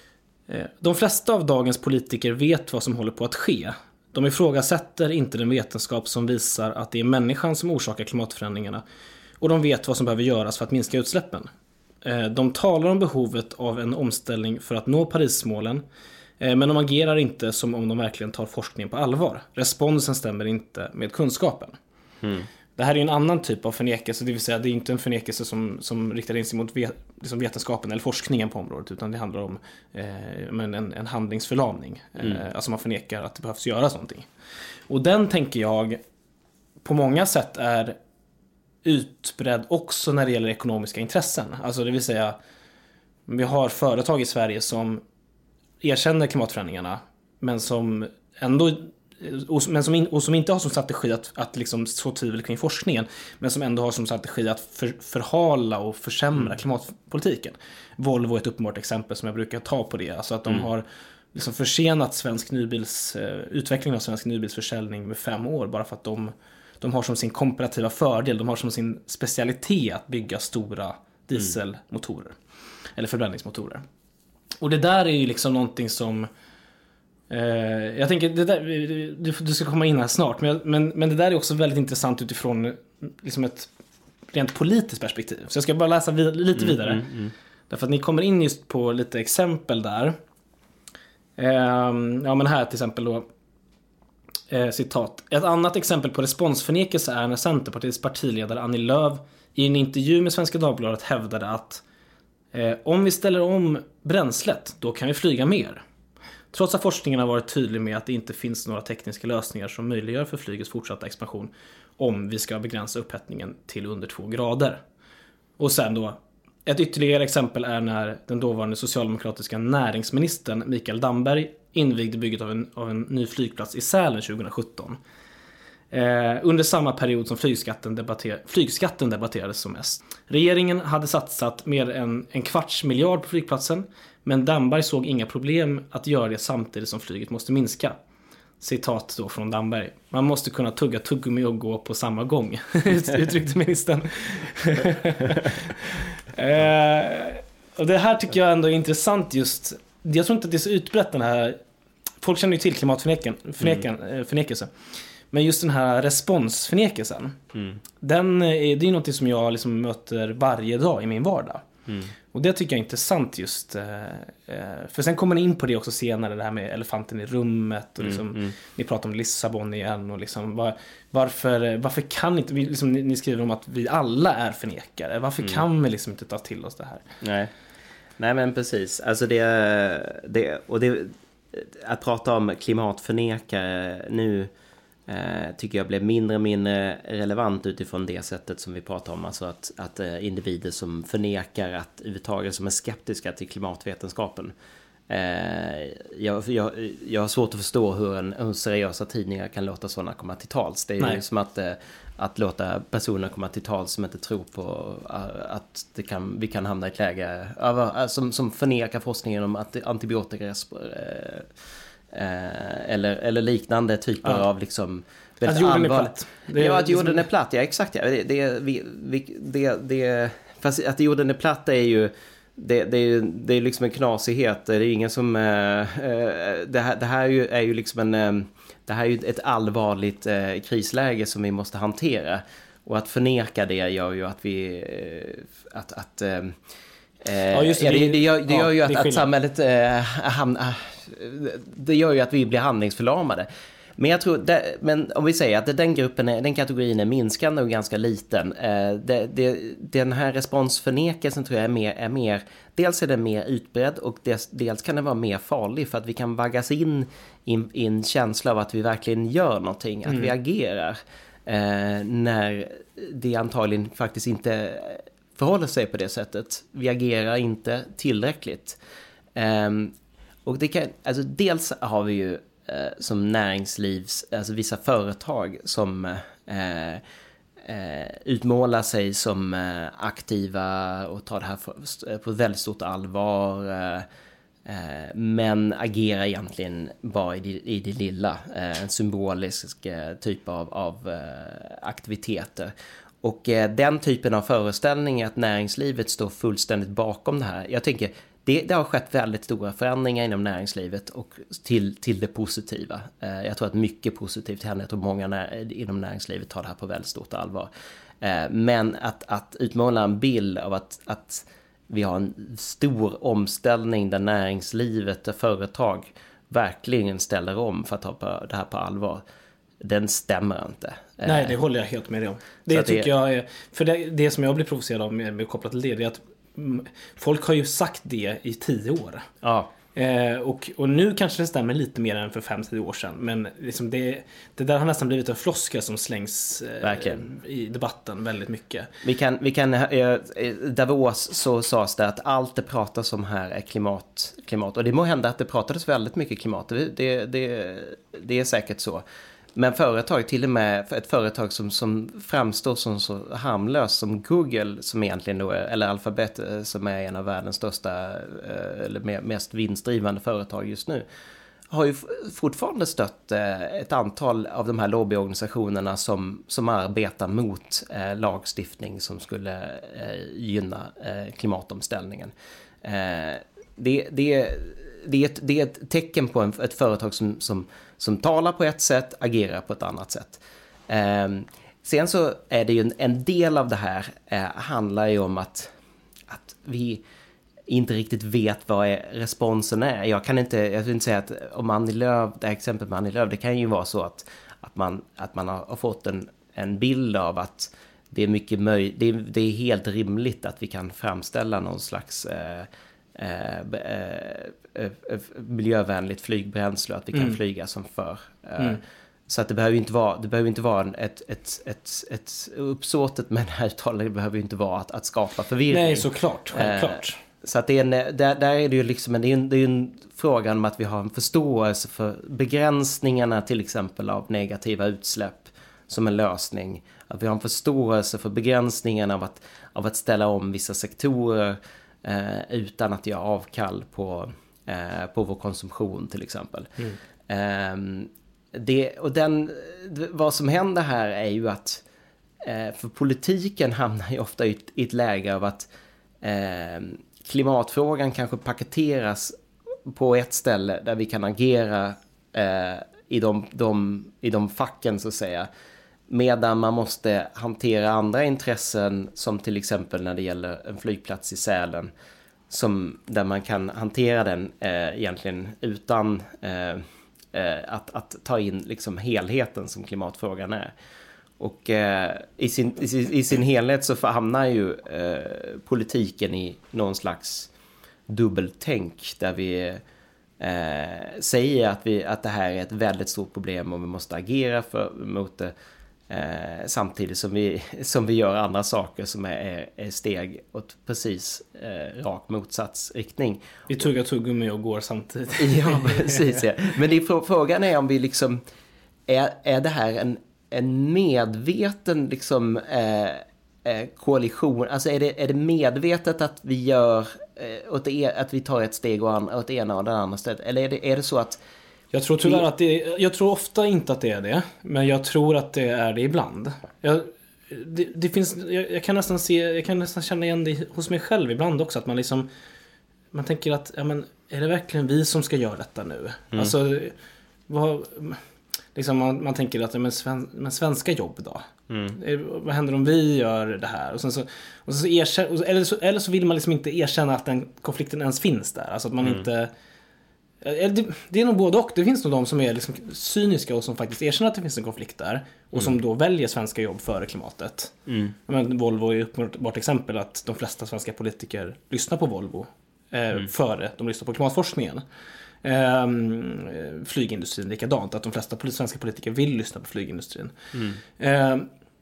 Speaker 4: Eh, de flesta av dagens politiker vet vad som håller på att ske. De ifrågasätter inte den vetenskap som visar att det är människan som orsakar klimatförändringarna, och de vet vad som behöver göras för att minska utsläppen. De talar om behovet av en omställning för att nå Parismålen, men de agerar inte som om de verkligen tar forskningen på allvar. Responsen stämmer inte med kunskapen. Mm. Det här är en annan typ av förnekelse, det vill säga det är inte en förnekelse som, som riktar in sig mot vet, liksom vetenskapen eller forskningen på området, utan det handlar om eh, men en, en handlingsförlamning. Mm. Eh, alltså man förnekar att det behövs göras någonting. Och den tänker jag på många sätt är utbredd också när det gäller ekonomiska intressen. Alltså det vill säga, vi har företag i Sverige som erkänner klimatförändringarna, men som ändå och, men som, in, och som inte har som strategi att, att liksom så tvivel kring forskningen, men som ändå har som strategi att för, förhala och försämra mm. klimatpolitiken. Volvo är ett uppenbart exempel som jag brukar ta på det. Alltså att de mm. har liksom försenat svensk nybils, uh, utvecklingen av svensk nybilsförsäljning med fem år bara för att de De har som sin komparativa fördel, de har som sin specialitet att bygga stora dieselmotorer. Mm. Eller förbränningsmotorer. Och det där är ju liksom någonting som eh, jag tänker, det där, du, du ska komma in här snart, men, men, men det där är också väldigt intressant utifrån liksom ett rent politiskt perspektiv. Så jag ska bara läsa vid, lite mm, vidare. Mm, mm. Därför att ni kommer in just på lite exempel där. Eh, ja men här till exempel då. Eh, citat. Ett annat exempel på responsförnekelse är när Centerpartiets partiledare Annie Lööf i en intervju med Svenska Dagbladet hävdade att eh, om vi ställer om bränslet, då kan vi flyga mer. Trots att forskningen har varit tydlig med att det inte finns några tekniska lösningar som möjliggör för flygets fortsatta expansion om vi ska begränsa upphettningen till under två grader. Och sen då, ett ytterligare exempel är när den dåvarande socialdemokratiska näringsministern Mikael Damberg invigde bygget av en, av en ny flygplats i Sälen tjugohundrasjutton. Eh, under samma period som flygskatten, debatter, flygskatten debatterades som mest. Regeringen hade satsat mer än en kvarts miljard på flygplatsen, men Damberg såg inga problem att göra det samtidigt som flyget måste minska. Citat då från Damberg. Man måste kunna tugga tuggummi och gå på samma gång, uttryckte ministern. eh, och det här tycker jag ändå är intressant just. Jag tror inte att det är så utbrett den här. Folk känner ju till klimatförnekelse. Mm. Men just den här responsförnekelsen. Mm. Den är, det är något som jag liksom möter varje dag i min vardag. Mm. Och det tycker jag är intressant just. För sen kommer ni in på det också senare. Det här med elefanten i rummet. Och liksom, mm. Mm. Ni pratar om Lissabon igen. Och liksom, var, varför, varför kan inte vi, liksom, ni, ni skriver om att vi alla är förnekare. Varför mm. kan vi liksom inte ta till oss det här?
Speaker 5: Nej. Nej men precis, alltså det, det och det att prata om klimatförnekare nu eh, tycker jag blev mindre och mindre relevant utifrån det sättet som vi pratar om, alltså att, att eh, individer som förnekar att överhuvudtaget som är skeptiska till klimatvetenskapen Eh, jag, jag, jag har svårt att förstå hur, en, hur seriösa tidningar kan låta sådana komma till tals. Det är Nej. ju som att, eh, att låta personer komma till tals som inte tror på uh, att det kan, vi kan hamna i ett läge uh, som, som förnekar forskningen om att antibiotikarespor uh, uh, eller, eller liknande typer ja. av liksom
Speaker 4: att jorden är platt.
Speaker 5: Det är, ja, att jorden är platt, ja exakt. Ja. Det, det, vi, vi, det, det, fast att jorden är platt är ju Det, det, är ju, det är liksom en knasighet. Det är ingen som äh, det, här, det här är ju, är ju liksom en äh, det här är ju ett allvarligt äh, krisläge som vi måste hantera, och att förneka det gör ju att vi äh, att att äh, ja, just det, ja, det, det gör, det gör ja, ju att, att samhället äh, ham, äh, det gör ju att vi blir handlingsförlamade. Men jag tror, det, men om vi säger att den gruppen, är, den kategorin är minskande och ganska liten. Eh, det, det, den här responsförnekelsen tror jag är mer, är mer, dels är den mer utbredd och dels, dels kan den vara mer farlig för att vi kan vaggas in i en känsla av att vi verkligen gör någonting, att mm. vi agerar. Eh, när det antagligen faktiskt inte förhåller sig på det sättet. Vi agerar inte tillräckligt. Eh, och det kan, alltså dels har vi ju som näringslivs, alltså vissa företag som eh, eh, utmålar sig som eh, aktiva och tar det här för, på väldigt stort allvar, eh, eh, men agerar egentligen bara i det, i det lilla, eh, en symbolisk eh, typ av, av eh, aktiviteter. Och eh, den typen av föreställning att näringslivet står fullständigt bakom det här. Jag tänker Det, det har skett väldigt stora förändringar inom näringslivet och till, till det positiva. Eh, jag tror att mycket positivt händer. Jag tror många när, inom näringslivet tar det här på väldigt stort allvar. Eh, men att, att utmåla en bild av att, att vi har en stor omställning där näringslivet, där företag verkligen ställer om för att ta på, det här på allvar, den stämmer inte.
Speaker 4: Nej, det håller jag helt med dig om. Det tycker det, jag är, för det, det som jag blir provocerad av med, med kopplat till det, det är att folk har ju sagt det i tio år.
Speaker 5: Ja.
Speaker 4: Eh, och, och nu kanske det stämmer lite mer än för fem till tio år sedan. Men liksom det, det där har nästan blivit en floskel som slängs eh, i debatten väldigt mycket.
Speaker 5: Vi kan, vi kan eh, Davos så sades det att allt det pratas om här är klimat, klimat. Och det må hända att det pratades väldigt mycket klimat. Det, det, det, det är säkert så. Men företag, till och med ett företag som, som framstår som så harmlös som Google, som egentligen då är, eller Alphabet som är en av världens största eller mest vinstdrivande företag just nu, har ju fortfarande stött ett antal av de här lobbyorganisationerna som, som arbetar mot eh, lagstiftning som skulle eh, gynna eh, klimatomställningen. Eh, det, det, det, är ett, det är ett tecken på en, ett företag som, som som talar på ett sätt, agerar på ett annat sätt. Eh, sen så är det ju en, en del av det här eh, handlar ju om att, att vi inte riktigt vet vad är, responsen är. Jag kan inte, jag vill inte säga att om Annie Lööf, det här exemplet med Annie Lööf, det kan ju vara så att, att man, att man har, har fått en, en bild av att det är mycket möj, det, det är helt rimligt att vi kan framställa någon slags eh, Eh, eh, eh, miljövänligt flygbränsle, att vi kan mm. flyga som för. Eh, mm. Så att det behöver inte vara, det behöver inte vara ett, ett, ett, ett uppsåtet med det här uttalet, det behöver inte vara att, att skapa förvirring.
Speaker 4: Nej, såklart, självklart.
Speaker 5: Eh, så att det är en, där, där är det ju liksom en, det är en, det är en fråga om att vi har en förståelse för begränsningarna till exempel av negativa utsläpp som en lösning. Att vi har en förståelse för begränsningarna av att, av att ställa om vissa sektorer Eh, utan att göra avkall på, eh, på vår konsumtion till exempel. Mm. Eh, det, och den, vad som händer här är ju att eh, för politiken hamnar ju ofta i ett, i ett läge av att eh, klimatfrågan kanske paketeras på ett ställe där vi kan agera eh, i, de, de, i de facken så att säga. Medan man måste hantera andra intressen, som till exempel när det gäller en flygplats i Sälen, som, där man kan hantera den eh, egentligen utan eh, eh, att, att ta in liksom helheten som klimatfrågan är. Och eh, i, sin, i, sin, i sin helhet så hamnar ju eh, politiken i någon slags dubbeltänk där vi eh, säger att, vi, att det här är ett väldigt stort problem och vi måste agera för, mot det. Eh, samtidigt som vi, som vi gör andra saker som är, är steg åt precis eh, rak motsatsriktning.
Speaker 4: Vi tuggar tuggummi och går samtidigt.
Speaker 5: Ja, precis. Ja. Men det, frågan är om vi liksom, är, är det här en, en medveten liksom, eh, eh, koalition? Alltså är det, är det medvetet att vi gör, eh, åt det, att vi tar ett steg åt det ena och det andra stället? Eller är det, är det så att
Speaker 4: Jag tror tyvärr att det är, jag tror ofta inte att det är det, men jag tror att det är det ibland. Jag, det, det finns, jag, jag kan nästan se, jag kan nästan känna igen det hos mig själv ibland också, att man liksom, man tänker att, ja men, är det verkligen vi som ska göra detta nu? Mm. Alltså, vad, liksom man, man tänker att, ja, men, sven, men svenska jobb då? Mm. Är, vad händer om vi gör det här? Och sen så, och så erkänner, eller, så, eller så vill man liksom inte erkänna att den konflikten ens finns där. Alltså att man mm. inte... Det är nog både och. Det finns nog de som är liksom cyniska och som faktiskt erkänner att det finns en konflikt där och mm. som då väljer svenska jobb före klimatet. Mm. Men Volvo är ju ett uppenbart exempel att de flesta svenska politiker lyssnar på Volvo eh, mm. före de lyssnar på klimatforskningen. Eh, flygindustrin likadant, att de flesta svenska politiker vill lyssna på flygindustrin. Mm. Eh,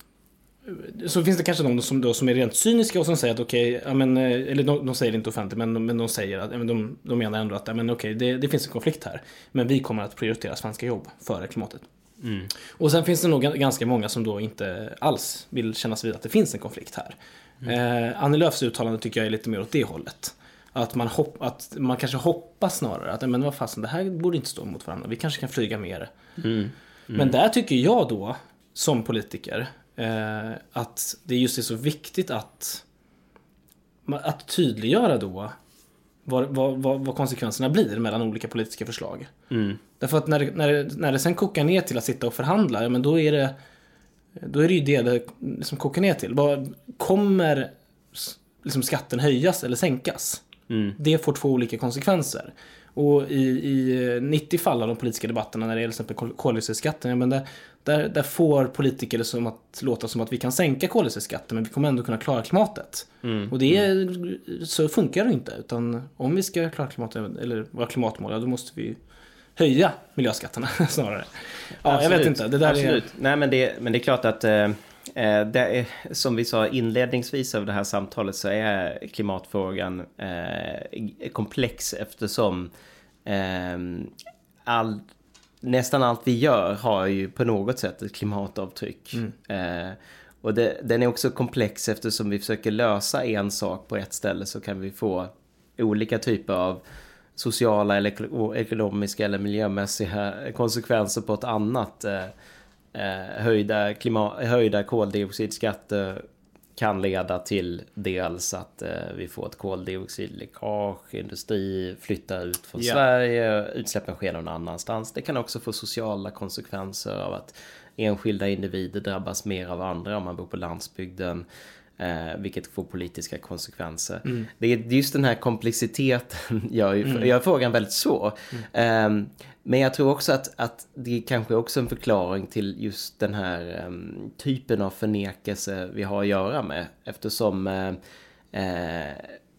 Speaker 4: Så finns det kanske de som, då, som är rent cyniska och som säger att okej, okay, ja, men, eller de, de säger det inte offentligt, men, men de säger att ja, men de, de menar ändå att ja, men, okay, det, det finns en konflikt här, men vi kommer att prioritera svenska jobb före klimatet. Mm. Och sen finns det nog ganska många som då inte alls vill kännas vid att det finns en konflikt här. Mm. Eh, Annie Lööfs uttalande tycker jag är lite mer åt det hållet. Att man, hopp, att man kanske hoppas snarare att men vad fasen, det här borde inte stå mot varandra. Vi kanske kan flyga mer. Mm. Mm. Men där tycker jag då, som politiker, eh, att det just är så viktigt att, att tydliggöra då vad, vad, vad, vad konsekvenserna blir mellan olika politiska förslag. Mm. Därför att när det, när, det, när det sen kokar ner till att sitta och förhandla, ja, men då är det då är det ju det det som kokar ner till. Vad, kommer liksom skatten höjas eller sänkas? Mm. Det får två olika konsekvenser. Och i, i nittio fall av de politiska debatterna när det gäller till exempel koldioxidskatten, ja, men där, där, där får politiker det som att låta som att vi kan sänka koldioxidskatten, men vi kommer ändå kunna klara klimatet. Mm. Och det är, så funkar det inte. Utan om vi ska klara klimatet, eller våra klimatmål, ja, då måste vi höja miljöskatterna snarare. Ja, jag vet inte. Det där
Speaker 5: Absolut.
Speaker 4: Är...
Speaker 5: Nej, men det, men det är klart att eh, det är, som vi sa inledningsvis av det här samtalet, så är klimatfrågan eh, komplex eftersom eh, all, nästan allt vi gör har ju på något sätt ett klimatavtryck. Mm. Eh, och det, den är också komplex eftersom vi försöker lösa en sak på ett ställe, så kan vi få olika typer av sociala eller ekonomiska eller miljömässiga konsekvenser på ett annat. Eh, höjda, klimat, höjda koldioxidskatter kan leda till dels att eh, vi får ett koldioxidläckage, industri flyttar ut från yeah. Sverige, utsläppen sker någon annanstans. Det kan också få sociala konsekvenser av att enskilda individer drabbas mer av andra om man bor på landsbygden. Eh, vilket får politiska konsekvenser. Mm. Det är just den här komplexiteten gör, ju, mm. gör frågan väldigt svår. Mm. Eh, men jag tror också att, att det är kanske också en förklaring till just den här um, typen av förnekelse vi har att göra med. Eftersom eh, eh,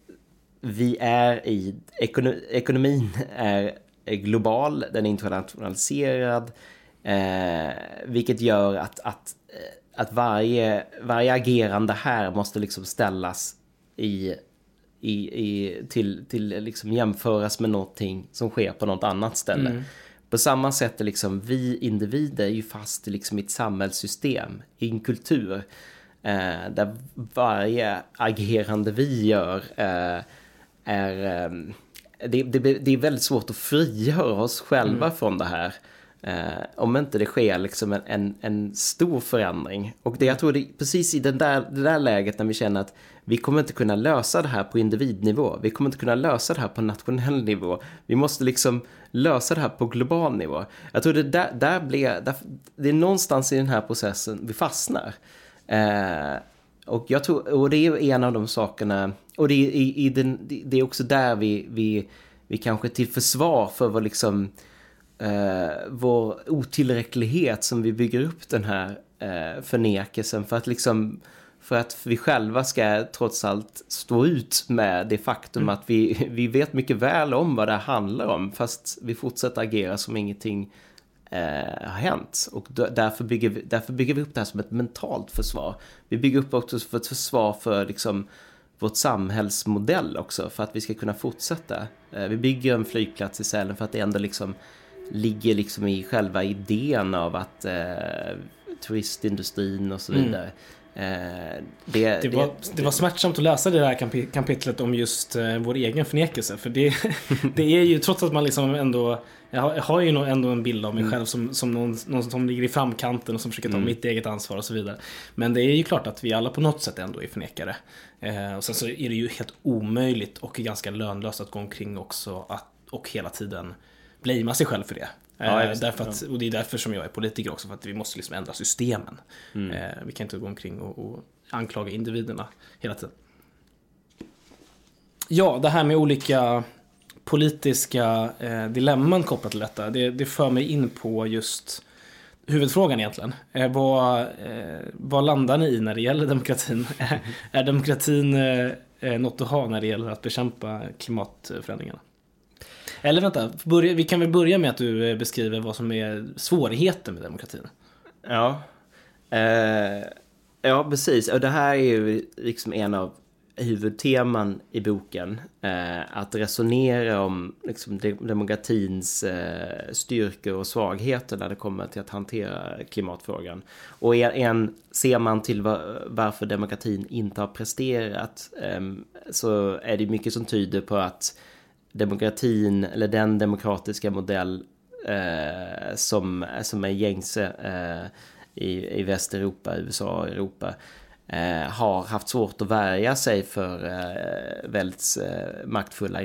Speaker 5: vi är i ekono- ekonomin är, är global, den är internationaliserad, eh, vilket gör att, att att varje, varje agerande här måste liksom ställas i, i, i, till, till liksom jämföras med någonting som sker på något annat ställe. Mm. På samma sätt är liksom vi individer är ju fast i liksom ett samhällssystem, i en kultur eh, där varje agerande vi gör eh, är... Eh, det, det, det är väldigt svårt att frigöra oss själva mm. från det här. Eh, om inte det sker liksom en, en, en stor förändring. Och det, jag tror det är precis i den där, det där läget när vi känner att vi kommer inte kunna lösa det här på individnivå. Vi kommer inte kunna lösa det här på nationell nivå. Vi måste liksom lösa det här på global nivå. Jag tror det där, där blir, där, det är någonstans i den här processen vi fastnar. Eh, och jag tror, och det är en av de sakerna, och det är, i, i den, det är också där vi, vi, vi kanske till försvar för vad liksom Uh, vår otillräcklighet som vi bygger upp den här uh, förnekelsen för att liksom för att vi själva ska trots allt stå ut med det faktum mm. att vi, vi vet mycket väl om vad det handlar om, fast vi fortsätter agera som ingenting eh, har hänt. Och d- därför, bygger vi, därför bygger vi upp det här som ett mentalt försvar. Vi bygger upp också för ett försvar för liksom vårt samhällsmodell också, för att vi ska kunna fortsätta. Eh, vi bygger en flygplats i Sälen för att det ändå liksom ligger liksom i själva idén av att eh, turistindustrin och så vidare. Mm. Eh, det,
Speaker 4: det, var, det var smärtsamt att läsa det här kapitlet om just eh, vår egen förnekelse. För det, det är ju, trots att man liksom ändå... Jag har, jag har ju ändå en bild av mig mm. själv som, som någon, någon som ligger i framkanten och som försöker ta mm. mitt eget ansvar och så vidare. Men det är ju klart att vi alla på något sätt ändå är förnekare. Eh, och sen så är det ju helt omöjligt och ganska lönlöst att gå omkring också att, och hela tiden blamea sig själv för det. Ja, eh, därför att, och det är därför som jag är politiker också, för att vi måste liksom ändra systemen. Mm. Eh, vi kan inte gå omkring och, och anklaga individerna hela tiden. Ja, det här med olika politiska eh, dilemman kopplat till detta, det, det för mig in på just huvudfrågan egentligen. Eh, vad, eh, vad landar ni i när det gäller demokratin? Är demokratin eh, något att ha när det gäller att bekämpa klimatförändringarna? Eller vänta, börja, vi kan väl börja med att du beskriver vad som är svårigheten med demokratin.
Speaker 5: Ja, eh, ja precis. Och det här är ju liksom en av huvudteman i boken. Eh, att resonera om liksom, demokratins eh, styrkor och svagheter när det kommer till att hantera klimatfrågan. Och en, en ser man till var, varför demokratin inte har presterat, eh, så är det mycket som tyder på att demokratin, eller den demokratiska modell eh, som, som är gängse eh, i, i Västeuropa, U S A och Europa, eh, har haft svårt att värja sig för eh, väldigt eh, maktfulla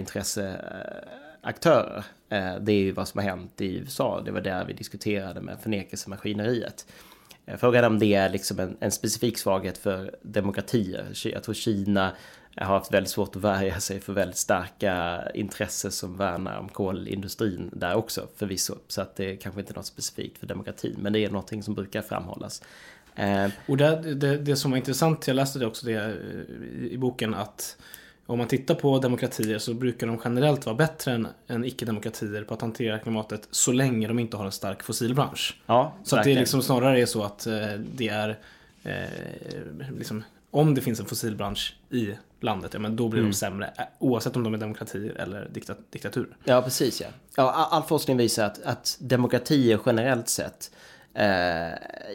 Speaker 5: intresseaktörer. Eh, det är ju vad som har hänt i U S A. Det var där vi diskuterade med förnekelsemaskineriet. Eh, frågan om det är liksom en, en specifik svaghet för demokratier. Jag tror Kina har haft väldigt svårt att värja sig för väldigt starka intressen som värnar om kolindustrin där också förvisso. Så att det är kanske inte är något specifikt för demokratin, men det är någonting som brukar framhållas. Eh.
Speaker 4: Och det, det, det som var intressant, jag läste det också det i boken, att om man tittar på demokratier så brukar de generellt vara bättre än, än icke-demokratier på att hantera klimatet så länge de inte har en stark fossilbransch.
Speaker 5: Ja,
Speaker 4: så att det liksom snarare är så att eh, det är eh, liksom, om det finns en fossilbransch i landet, ja, men då blir mm. de sämre oavsett om de är demokratier eller diktat- diktaturer.
Speaker 5: Ja, precis. Ja. Ja, all forskning visar att, att demokratier generellt sett eh,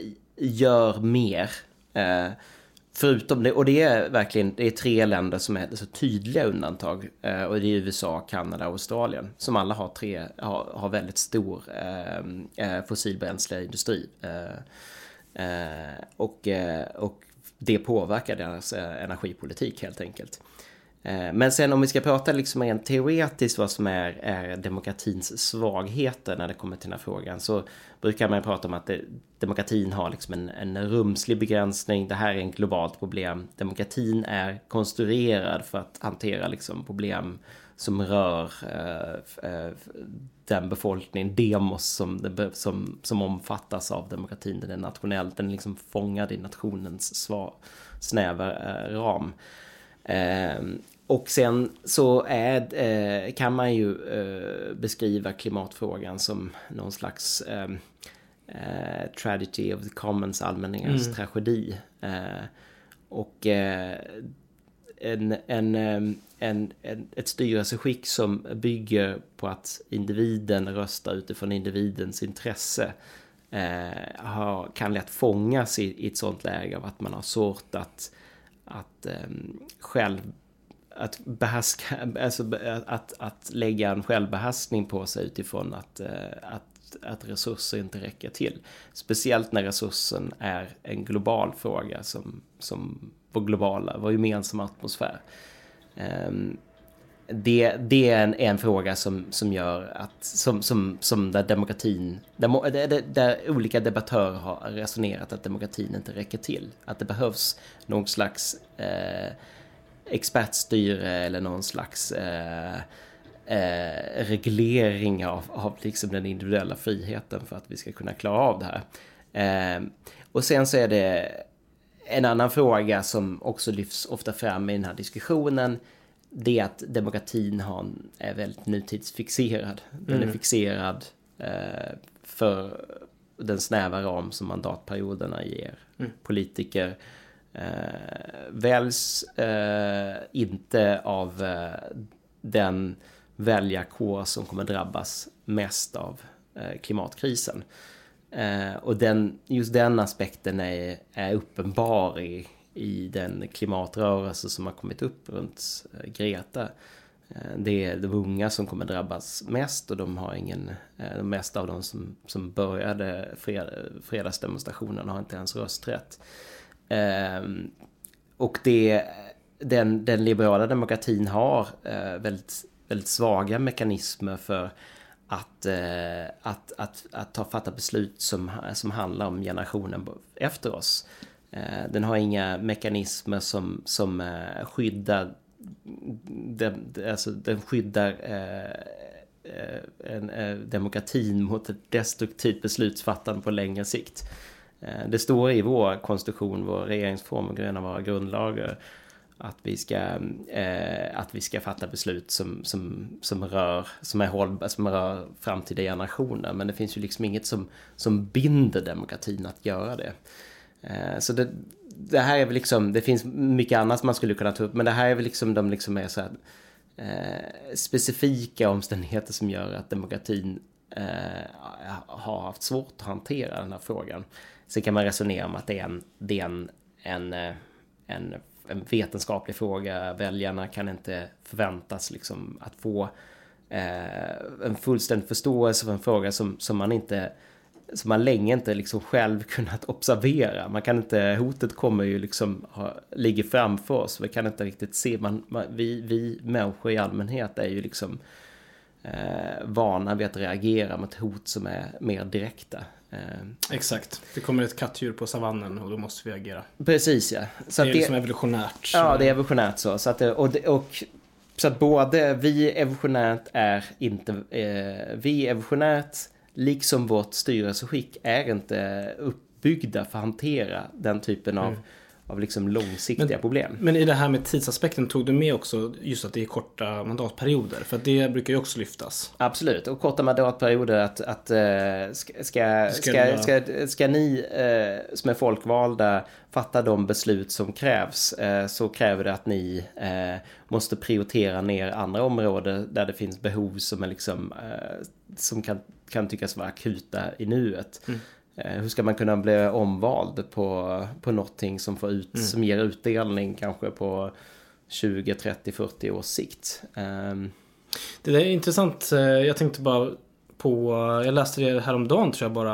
Speaker 5: gör mer. Eh, förutom det, och det är verkligen det är tre länder som är så tydliga undantag. Eh, och det är U S A, Kanada och Australien. Som alla har, tre, har, har väldigt stor eh, fossilbränsleindustri. Eh, eh, och, eh, och det påverkar deras eh, energipolitik helt enkelt. Eh, men sen om vi ska prata liksom rent teoretiskt vad som är, är demokratins svagheter när det kommer till den här frågan, så brukar man prata om att det, demokratin har liksom en, en rumslig begränsning. Det här är en globalt problem. Demokratin är konstruerad för att hantera liksom problem som rör eh, eh, den befolkning, demos som, som, som omfattas av demokratin. Den är nationellt, den är liksom fångad i nationens svar, snäva eh, ram. Eh, och sen så är, eh, kan man ju eh, beskriva klimatfrågan som någon slags eh, eh, tragedy of the commons, allmänningens mm. tragedi. Eh, och eh, en, en, en, en, ett styrelseskick som bygger på att individen röstar utifrån individens intresse eh, har, kan lätt fångas i, i ett sånt läge av att man har svårt att, att eh, själv att behärska, alltså att, att lägga en självbehärskning på sig utifrån att, att, att resurser inte räcker till. Speciellt när resursen är en global fråga som, som vår globala, vår gemensamma atmosfär. Det, det är en, en fråga som, som gör att, som, som, som där demokratin, där, där, där olika debattörer har resonerat att demokratin inte räcker till. Att det behövs någon slags eh, expertstyre eller någon slags eh, eh, reglering av, av liksom den individuella friheten för att vi ska kunna klara av det här. Eh, och sen så är det en annan fråga som också lyfts ofta fram i den här diskussionen. Det är att demokratin har, är väldigt nutidsfixerad. Den mm. är fixerad eh, för den snäva ram som mandatperioderna ger. Mm. Politiker eh, väljs eh, inte av eh, den väljarkår som kommer drabbas mest av eh, klimatkrisen. Eh, och den, just den aspekten är, är uppenbar i, i den klimatrörelse som har kommit upp runt eh, Greta. Det är de unga som kommer drabbas mest och de har ingen, de mesta av dem som, som började fred, fredagsdemonstrationen har inte ens rösträtt. Ehm, och det, den, den liberala demokratin har eh, väldigt, väldigt svaga mekanismer för att, eh, att, att, att ta fatta beslut som, som handlar om generationen efter oss. Eh, den har inga mekanismer som, som eh, skyddar Den, alltså, den skyddar eh, en, eh, demokratin mot ett destruktivt beslutsfattande på längre sikt. Eh, det står i vår konstitution, vår regeringsform och gröna våra grundlagar att vi ska, eh, att vi ska fatta beslut som, som, som, rör, som, är hållbar, som rör framtida generationer. Men det finns ju liksom inget som, som binder demokratin att göra det. Eh, så det Det här är väl liksom, det finns mycket annat man skulle kunna ta upp, men det här är väl liksom de liksom är så här, eh, specifika omständigheter som gör att demokratin eh, har haft svårt att hantera den här frågan. Sen kan man resonera om att det är en, det är en, en, en, en vetenskaplig fråga. Väljarna kan inte förväntas liksom att få eh, en fullständig förståelse för en fråga som, som man inte som man länge inte liksom själv kunnat observera. Man kan inte, hotet kommer ju liksom ha, ligger framför oss. Vi kan inte riktigt se, man, man, vi, vi människor i allmänhet är ju liksom eh, vana vid att reagera mot hot som är mer direkta. Eh.
Speaker 4: Exakt, det kommer ett kattdjur på savannen och då måste vi agera.
Speaker 5: Precis, ja. Så
Speaker 4: det är
Speaker 5: att
Speaker 4: liksom det, evolutionärt.
Speaker 5: Ja, det är evolutionärt så. Så att, och, och så att både vi evolutionärt är inte, eh, vi evolutionärt liksom vårt styrelseskick är inte uppbyggda för att hantera den typen av, mm. av liksom långsiktiga
Speaker 4: men,
Speaker 5: problem.
Speaker 4: Men i det här med tidsaspekten tog du med också just att det är korta mandatperioder? För att det brukar ju också lyftas.
Speaker 5: Absolut, och korta mandatperioder att, att ska, ska, ska, ska, ska ni eh, som är folkvalda fatta de beslut som krävs eh, så kräver det att ni eh, måste prioritera ner andra områden där det finns behov som är liksom eh, som kan kan tyckas vara akuta i nuet. Mm. Eh, hur ska man kunna bli omvald på, på någonting som, får ut, mm. som ger utdelning kanske på tjugo, trettio, fyrtio års sikt? Um.
Speaker 4: Det där är intressant. Jag tänkte bara på, jag läste det häromdagen tror jag bara,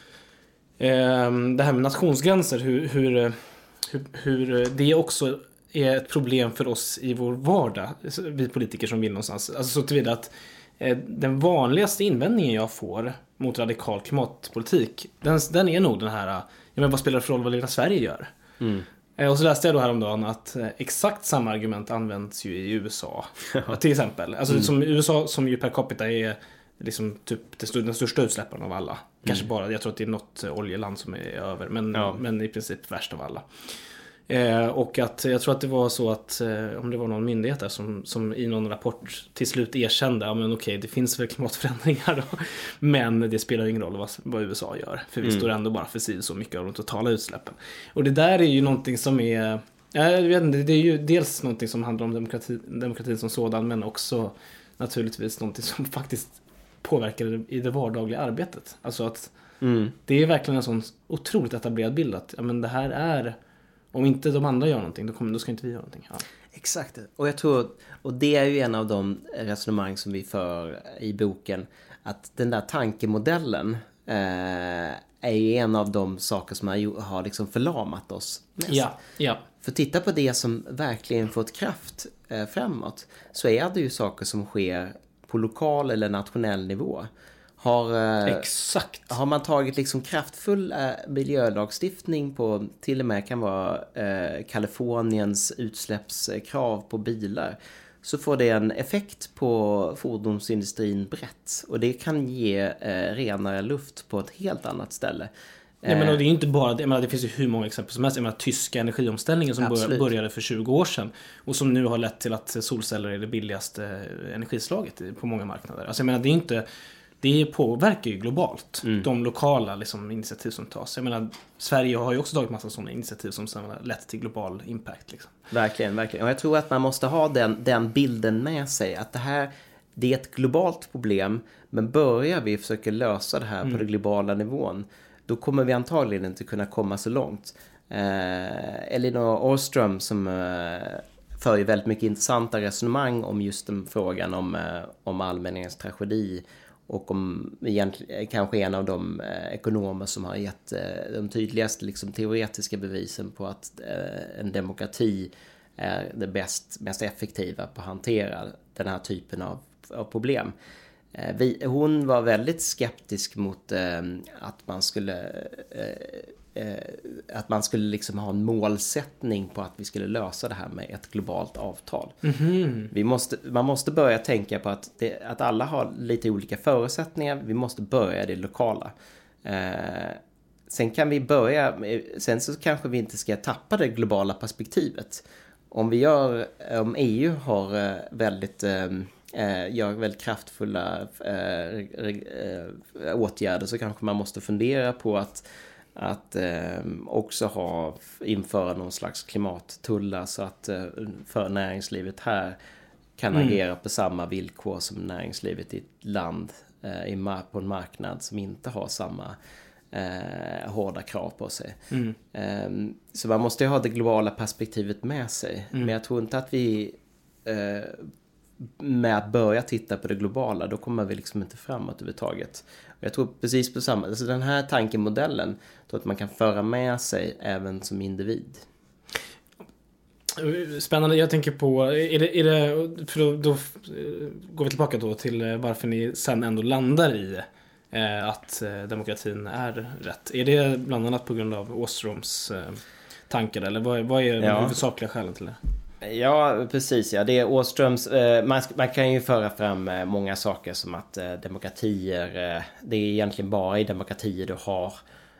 Speaker 4: eh, det här med nationsgränser, hur, hur, hur, hur det också är ett problem för oss i vår vardag, vi politiker som vill någonstans. Alltså så tillvida att den vanligaste invändningen jag får mot radikal klimatpolitik, den, den är nog den här, ja, men vad spelar det för roll vad lilla Sverige gör? Mm. Och så läste jag då häromdagen att exakt samma argument används ju i U S A. Till exempel. Alltså mm. som U S A som ju per capita är liksom typ den största utsläpparen av alla. Kanske mm. bara, jag tror att det är något oljeland som är över, men, ja. men i princip värst av alla. Eh, och att jag tror att det var så att eh, om det var någon myndighet där som, som i någon rapport till slut erkände, ja men okej, det finns väl klimatförändringar då, men det spelar ingen roll vad, vad U S A gör, för vi mm. står ändå bara för sig så mycket av de totala utsläppen. Och det där är ju någonting som är, jag vet inte, det är ju dels någonting som handlar om demokrati, demokratin som sådan, men också naturligtvis någonting som faktiskt påverkar det, i det vardagliga arbetet. Alltså att mm. det är verkligen en sån otroligt etablerad bild att ja, men det här är, om inte de andra gör någonting, då, kommer, då ska inte vi göra någonting. Ja.
Speaker 5: Exakt. Och jag tror, och det är ju en av de resonemang som vi för i boken, att den där tankemodellen eh, är ju en av de saker som har, har liksom förlamat oss mest.
Speaker 4: Ja, ja.
Speaker 5: För titta på det som verkligen fått kraft eh, framåt, så är det ju saker som sker på lokal eller nationell nivå. Har,
Speaker 4: Exakt.
Speaker 5: Har man tagit liksom kraftfull eh, miljölagstiftning på, till och med kan vara eh, Kaliforniens utsläppskrav på bilar, så får det en effekt på fordonsindustrin brett. Och det kan ge eh, renare luft på ett helt annat ställe.
Speaker 4: Nej, men det är inte bara, jag menar, det finns ju hur många exempel som helst. Jag menar, tyska energiomställningen som Absolut. började för tjugo år sedan och som nu har lett till att solceller är det billigaste energislaget på många marknader. Alltså jag menar, det är inte, det påverkar ju globalt.
Speaker 5: Mm.
Speaker 4: De lokala liksom, initiativ som tas. Jag menar, Sverige har ju också tagit massa sådana initiativ som sedan har lett till global impact. Liksom.
Speaker 5: Verkligen, verkligen. Och jag tror att man måste ha den, den bilden med sig. Att det här, det är ett globalt problem. Men börjar vi försöka lösa det här mm. på den globala nivån, då kommer vi antagligen inte kunna komma så långt. Eh, Elinor Ostrom som eh, för ju väldigt mycket intressanta resonemang om just den frågan om, eh, om allmänningens tragedi. Och om egentligen, kanske en av de eh, ekonomer som har gett eh, de tydligaste liksom, teoretiska bevisen på att eh, en demokrati är det bäst, mest effektiva på att hantera den här typen av, av problem. Eh, vi, hon var väldigt skeptisk mot eh, att man skulle eh, eh, att man skulle liksom ha en målsättning på att vi skulle lösa det här med ett globalt avtal. Mm-hmm. Vi måste, man måste börja tänka på att, det, att alla har lite olika förutsättningar. Vi måste börja det lokala. Eh, sen kan vi börja, sen så kanske vi inte ska tappa det globala perspektivet. Om vi gör, om E U har väldigt, eh, gör väldigt kraftfulla eh, åtgärder, så kanske man måste fundera på att att eh, också ha införa någon slags klimattullar så att eh, för näringslivet här kan mm. agera på samma villkor som näringslivet i ett land eh, i mar- på en marknad som inte har samma eh, hårda krav på sig. Mm. Eh, så man måste ju ha det globala perspektivet med sig. Mm. Men jag tror inte att vi eh, med att börja titta på det globala, då kommer vi liksom inte framåt överhuvudtaget. Och jag tror precis på samma, alltså den här tankemodellen, tror att man kan föra med sig även som individ.
Speaker 4: Spännande, jag tänker på, är det, är det för då, då går vi tillbaka då till varför ni sen ändå landar i eh, att eh, demokratin är rätt. Är det bland annat på grund av Ostroms eh, tankar, eller vad, vad är de ja. huvudsakliga skälen till det?
Speaker 5: Ja, precis. Ja. Det är Åströms, eh, man, man kan ju föra fram eh, många saker som att eh, demokratier, eh, det är egentligen bara i demokratier du har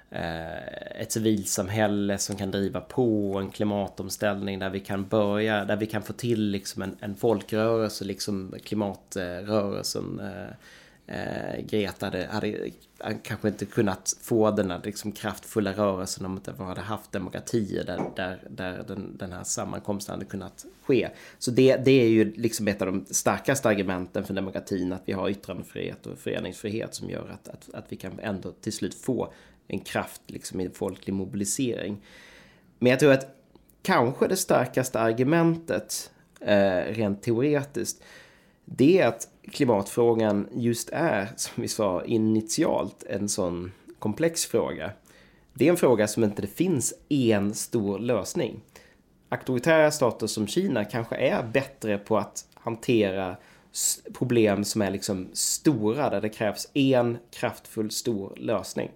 Speaker 5: eh, ett civilsamhälle som kan driva på en klimatomställning där vi kan börja, där vi kan få till liksom en, en folkrörelse, liksom klimatrörelsen. Eh, Eh, Greta hade, hade kanske inte kunnat få den här liksom kraftfulla rörelsen om inte vi hade haft demokratier där, där, där den, den här sammankomsten hade kunnat ske. Så det, det är ju liksom ett av de starkaste argumenten för demokratin, att vi har yttrandefrihet och föreningsfrihet som gör att, att, att vi kan ändå till slut få en kraft liksom i folklig mobilisering. Men jag tror att kanske det starkaste argumentet eh, rent teoretiskt, det är att klimatfrågan just är, som vi sa initialt, en sån komplex fråga. Det är en fråga som inte det finns en stor lösning. Auktoritära stater som Kina kanske är bättre på att hantera problem som är liksom stora, där det krävs en kraftfull stor lösning.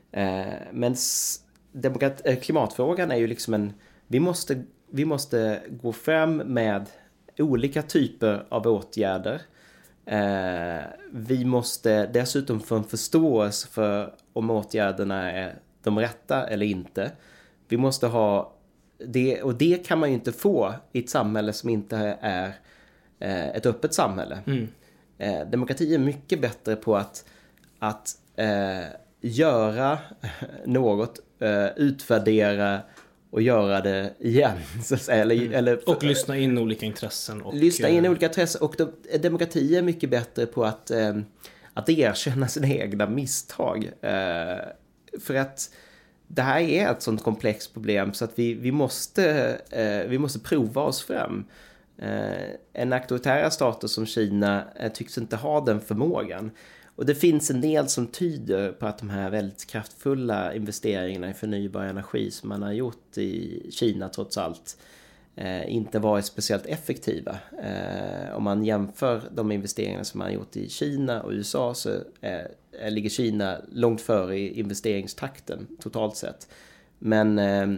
Speaker 5: Men klimatfrågan är ju liksom en, vi måste, vi måste gå fram med olika typer av åtgärder. Eh, vi måste dessutom få en förståelse för om åtgärderna är de rätta eller inte. Vi måste ha det, och det kan man ju inte få i ett samhälle som inte är eh, ett öppet samhälle. Mm. Eh, demokrati är mycket bättre på att, att eh, göra något, eh, utvärdera och göra det igen. Så att säga. Eller, mm. eller,
Speaker 4: och lyssna in olika intressen. Och,
Speaker 5: lyssna in olika intressen. Och de, demokrati är mycket bättre på att, eh, att erkänna sina egna misstag. Eh, för att det här är ett sånt komplext problem så att vi, vi, måste, eh, vi måste prova oss fram. Eh, en auktoritära stater som Kina eh, tycks inte ha den förmågan. Och det finns en del som tyder på att de här väldigt kraftfulla investeringarna i förnybar energi som man har gjort i Kina trots allt eh, inte varit speciellt effektiva. Eh, om man jämför de investeringarna som man har gjort i Kina och U S A, så eh, ligger Kina långt före i investeringstakten totalt sett. Men eh,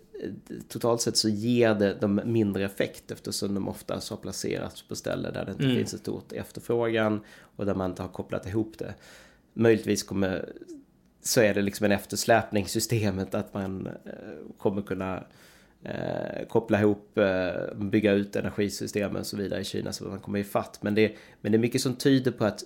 Speaker 5: totalt sett så ger det dem mindre effekt eftersom de oftast har placerats på ställen där det inte mm. finns ett stort efterfrågan och där man inte har kopplat ihop det. Möjligtvis kommer, så är det liksom en eftersläpning i systemet att man eh, kommer kunna eh, koppla ihop, eh, bygga ut energisystemen och så vidare i Kina så att man kommer i fatt. Men det, men det är mycket som tyder på att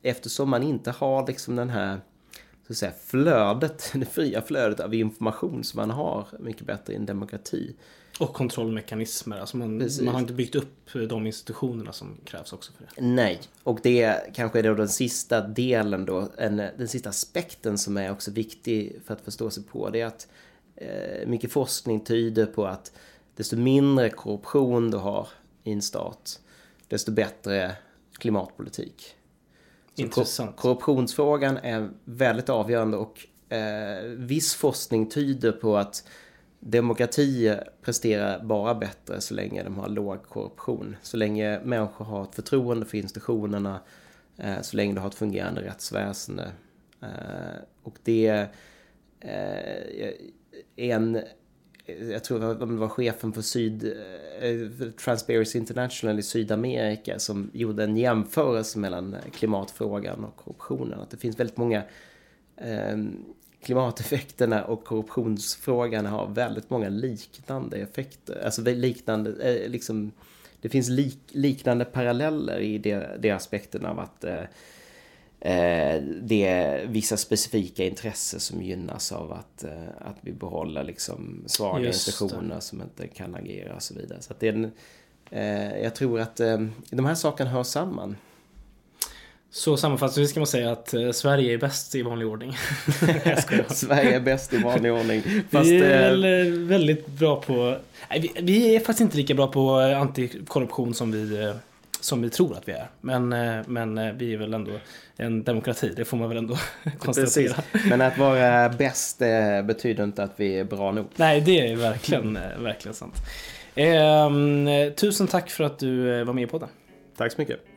Speaker 5: eftersom man inte har liksom den här så att säga, flödet, det fria flödet av information som man har mycket bättre i en demokrati.
Speaker 4: Och kontrollmekanismer. Alltså man, man har inte byggt upp de institutionerna som krävs också för det.
Speaker 5: Nej, och det kanske är då den sista delen då, en, den sista aspekten som är också viktig för att förstå sig på. Det är att eh, mycket forskning tyder på att desto mindre korruption du har i en stat, desto bättre klimatpolitik. Så
Speaker 4: intressant.
Speaker 5: Korruptionsfrågan är väldigt avgörande och eh, viss forskning tyder på att demokratier presterar bara bättre så länge de har låg korruption. Så länge människor har ett förtroende för institutionerna, eh, så länge du har ett fungerande rättsväsende. Eh, och det eh, är en, jag tror det var chefen för Syd, eh, Transparency International i Sydamerika som gjorde en jämförelse mellan klimatfrågan och korruptionen. Att det finns väldigt många eh, klimateffekterna och korruptionsfrågan har väldigt många liknande effekter. Alltså liknande, eh, liksom, det finns lik, liknande paralleller i det, det aspekten av att eh, det är vissa specifika intressen som gynnas av att, eh, att vi behåller liksom svaga institutioner som inte kan agera och så vidare. Så att det är en, eh, jag tror att eh, de här sakerna hör samman.
Speaker 4: Så sammanfattningsvis kan man säga att eh, Sverige är bäst i vanlig ordning.
Speaker 5: Sverige är bäst i vanlig ordning.
Speaker 4: Fast, vi är eh, väldigt bra på... Nej, vi, vi är faktiskt inte lika bra på antikorruption som vi, eh, som vi tror att vi är. Men, eh, men eh, vi är väl ändå en demokrati, det får man väl ändå konstatera.
Speaker 5: Precis. Men att vara bäst eh, betyder inte att vi är bra nog.
Speaker 4: Nej, det är verkligen, eh, verkligen sant. Eh, tusen tack för att du var med på det.
Speaker 5: Tack så mycket.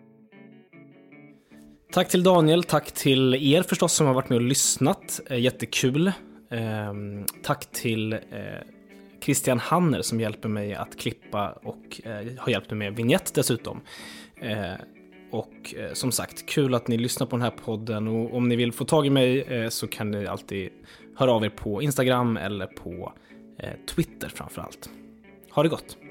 Speaker 4: Tack till Daniel, tack till er förstås som har varit med och lyssnat. Jättekul. Eh, tack till eh, Christian Hanner som hjälper mig att klippa och eh, har hjälpt mig med vignett dessutom. Eh, och eh, som sagt, kul att ni lyssnar på den här podden. Och om ni vill få tag i mig eh, så kan ni alltid höra av er på Instagram eller på eh, Twitter framförallt. Ha det gott!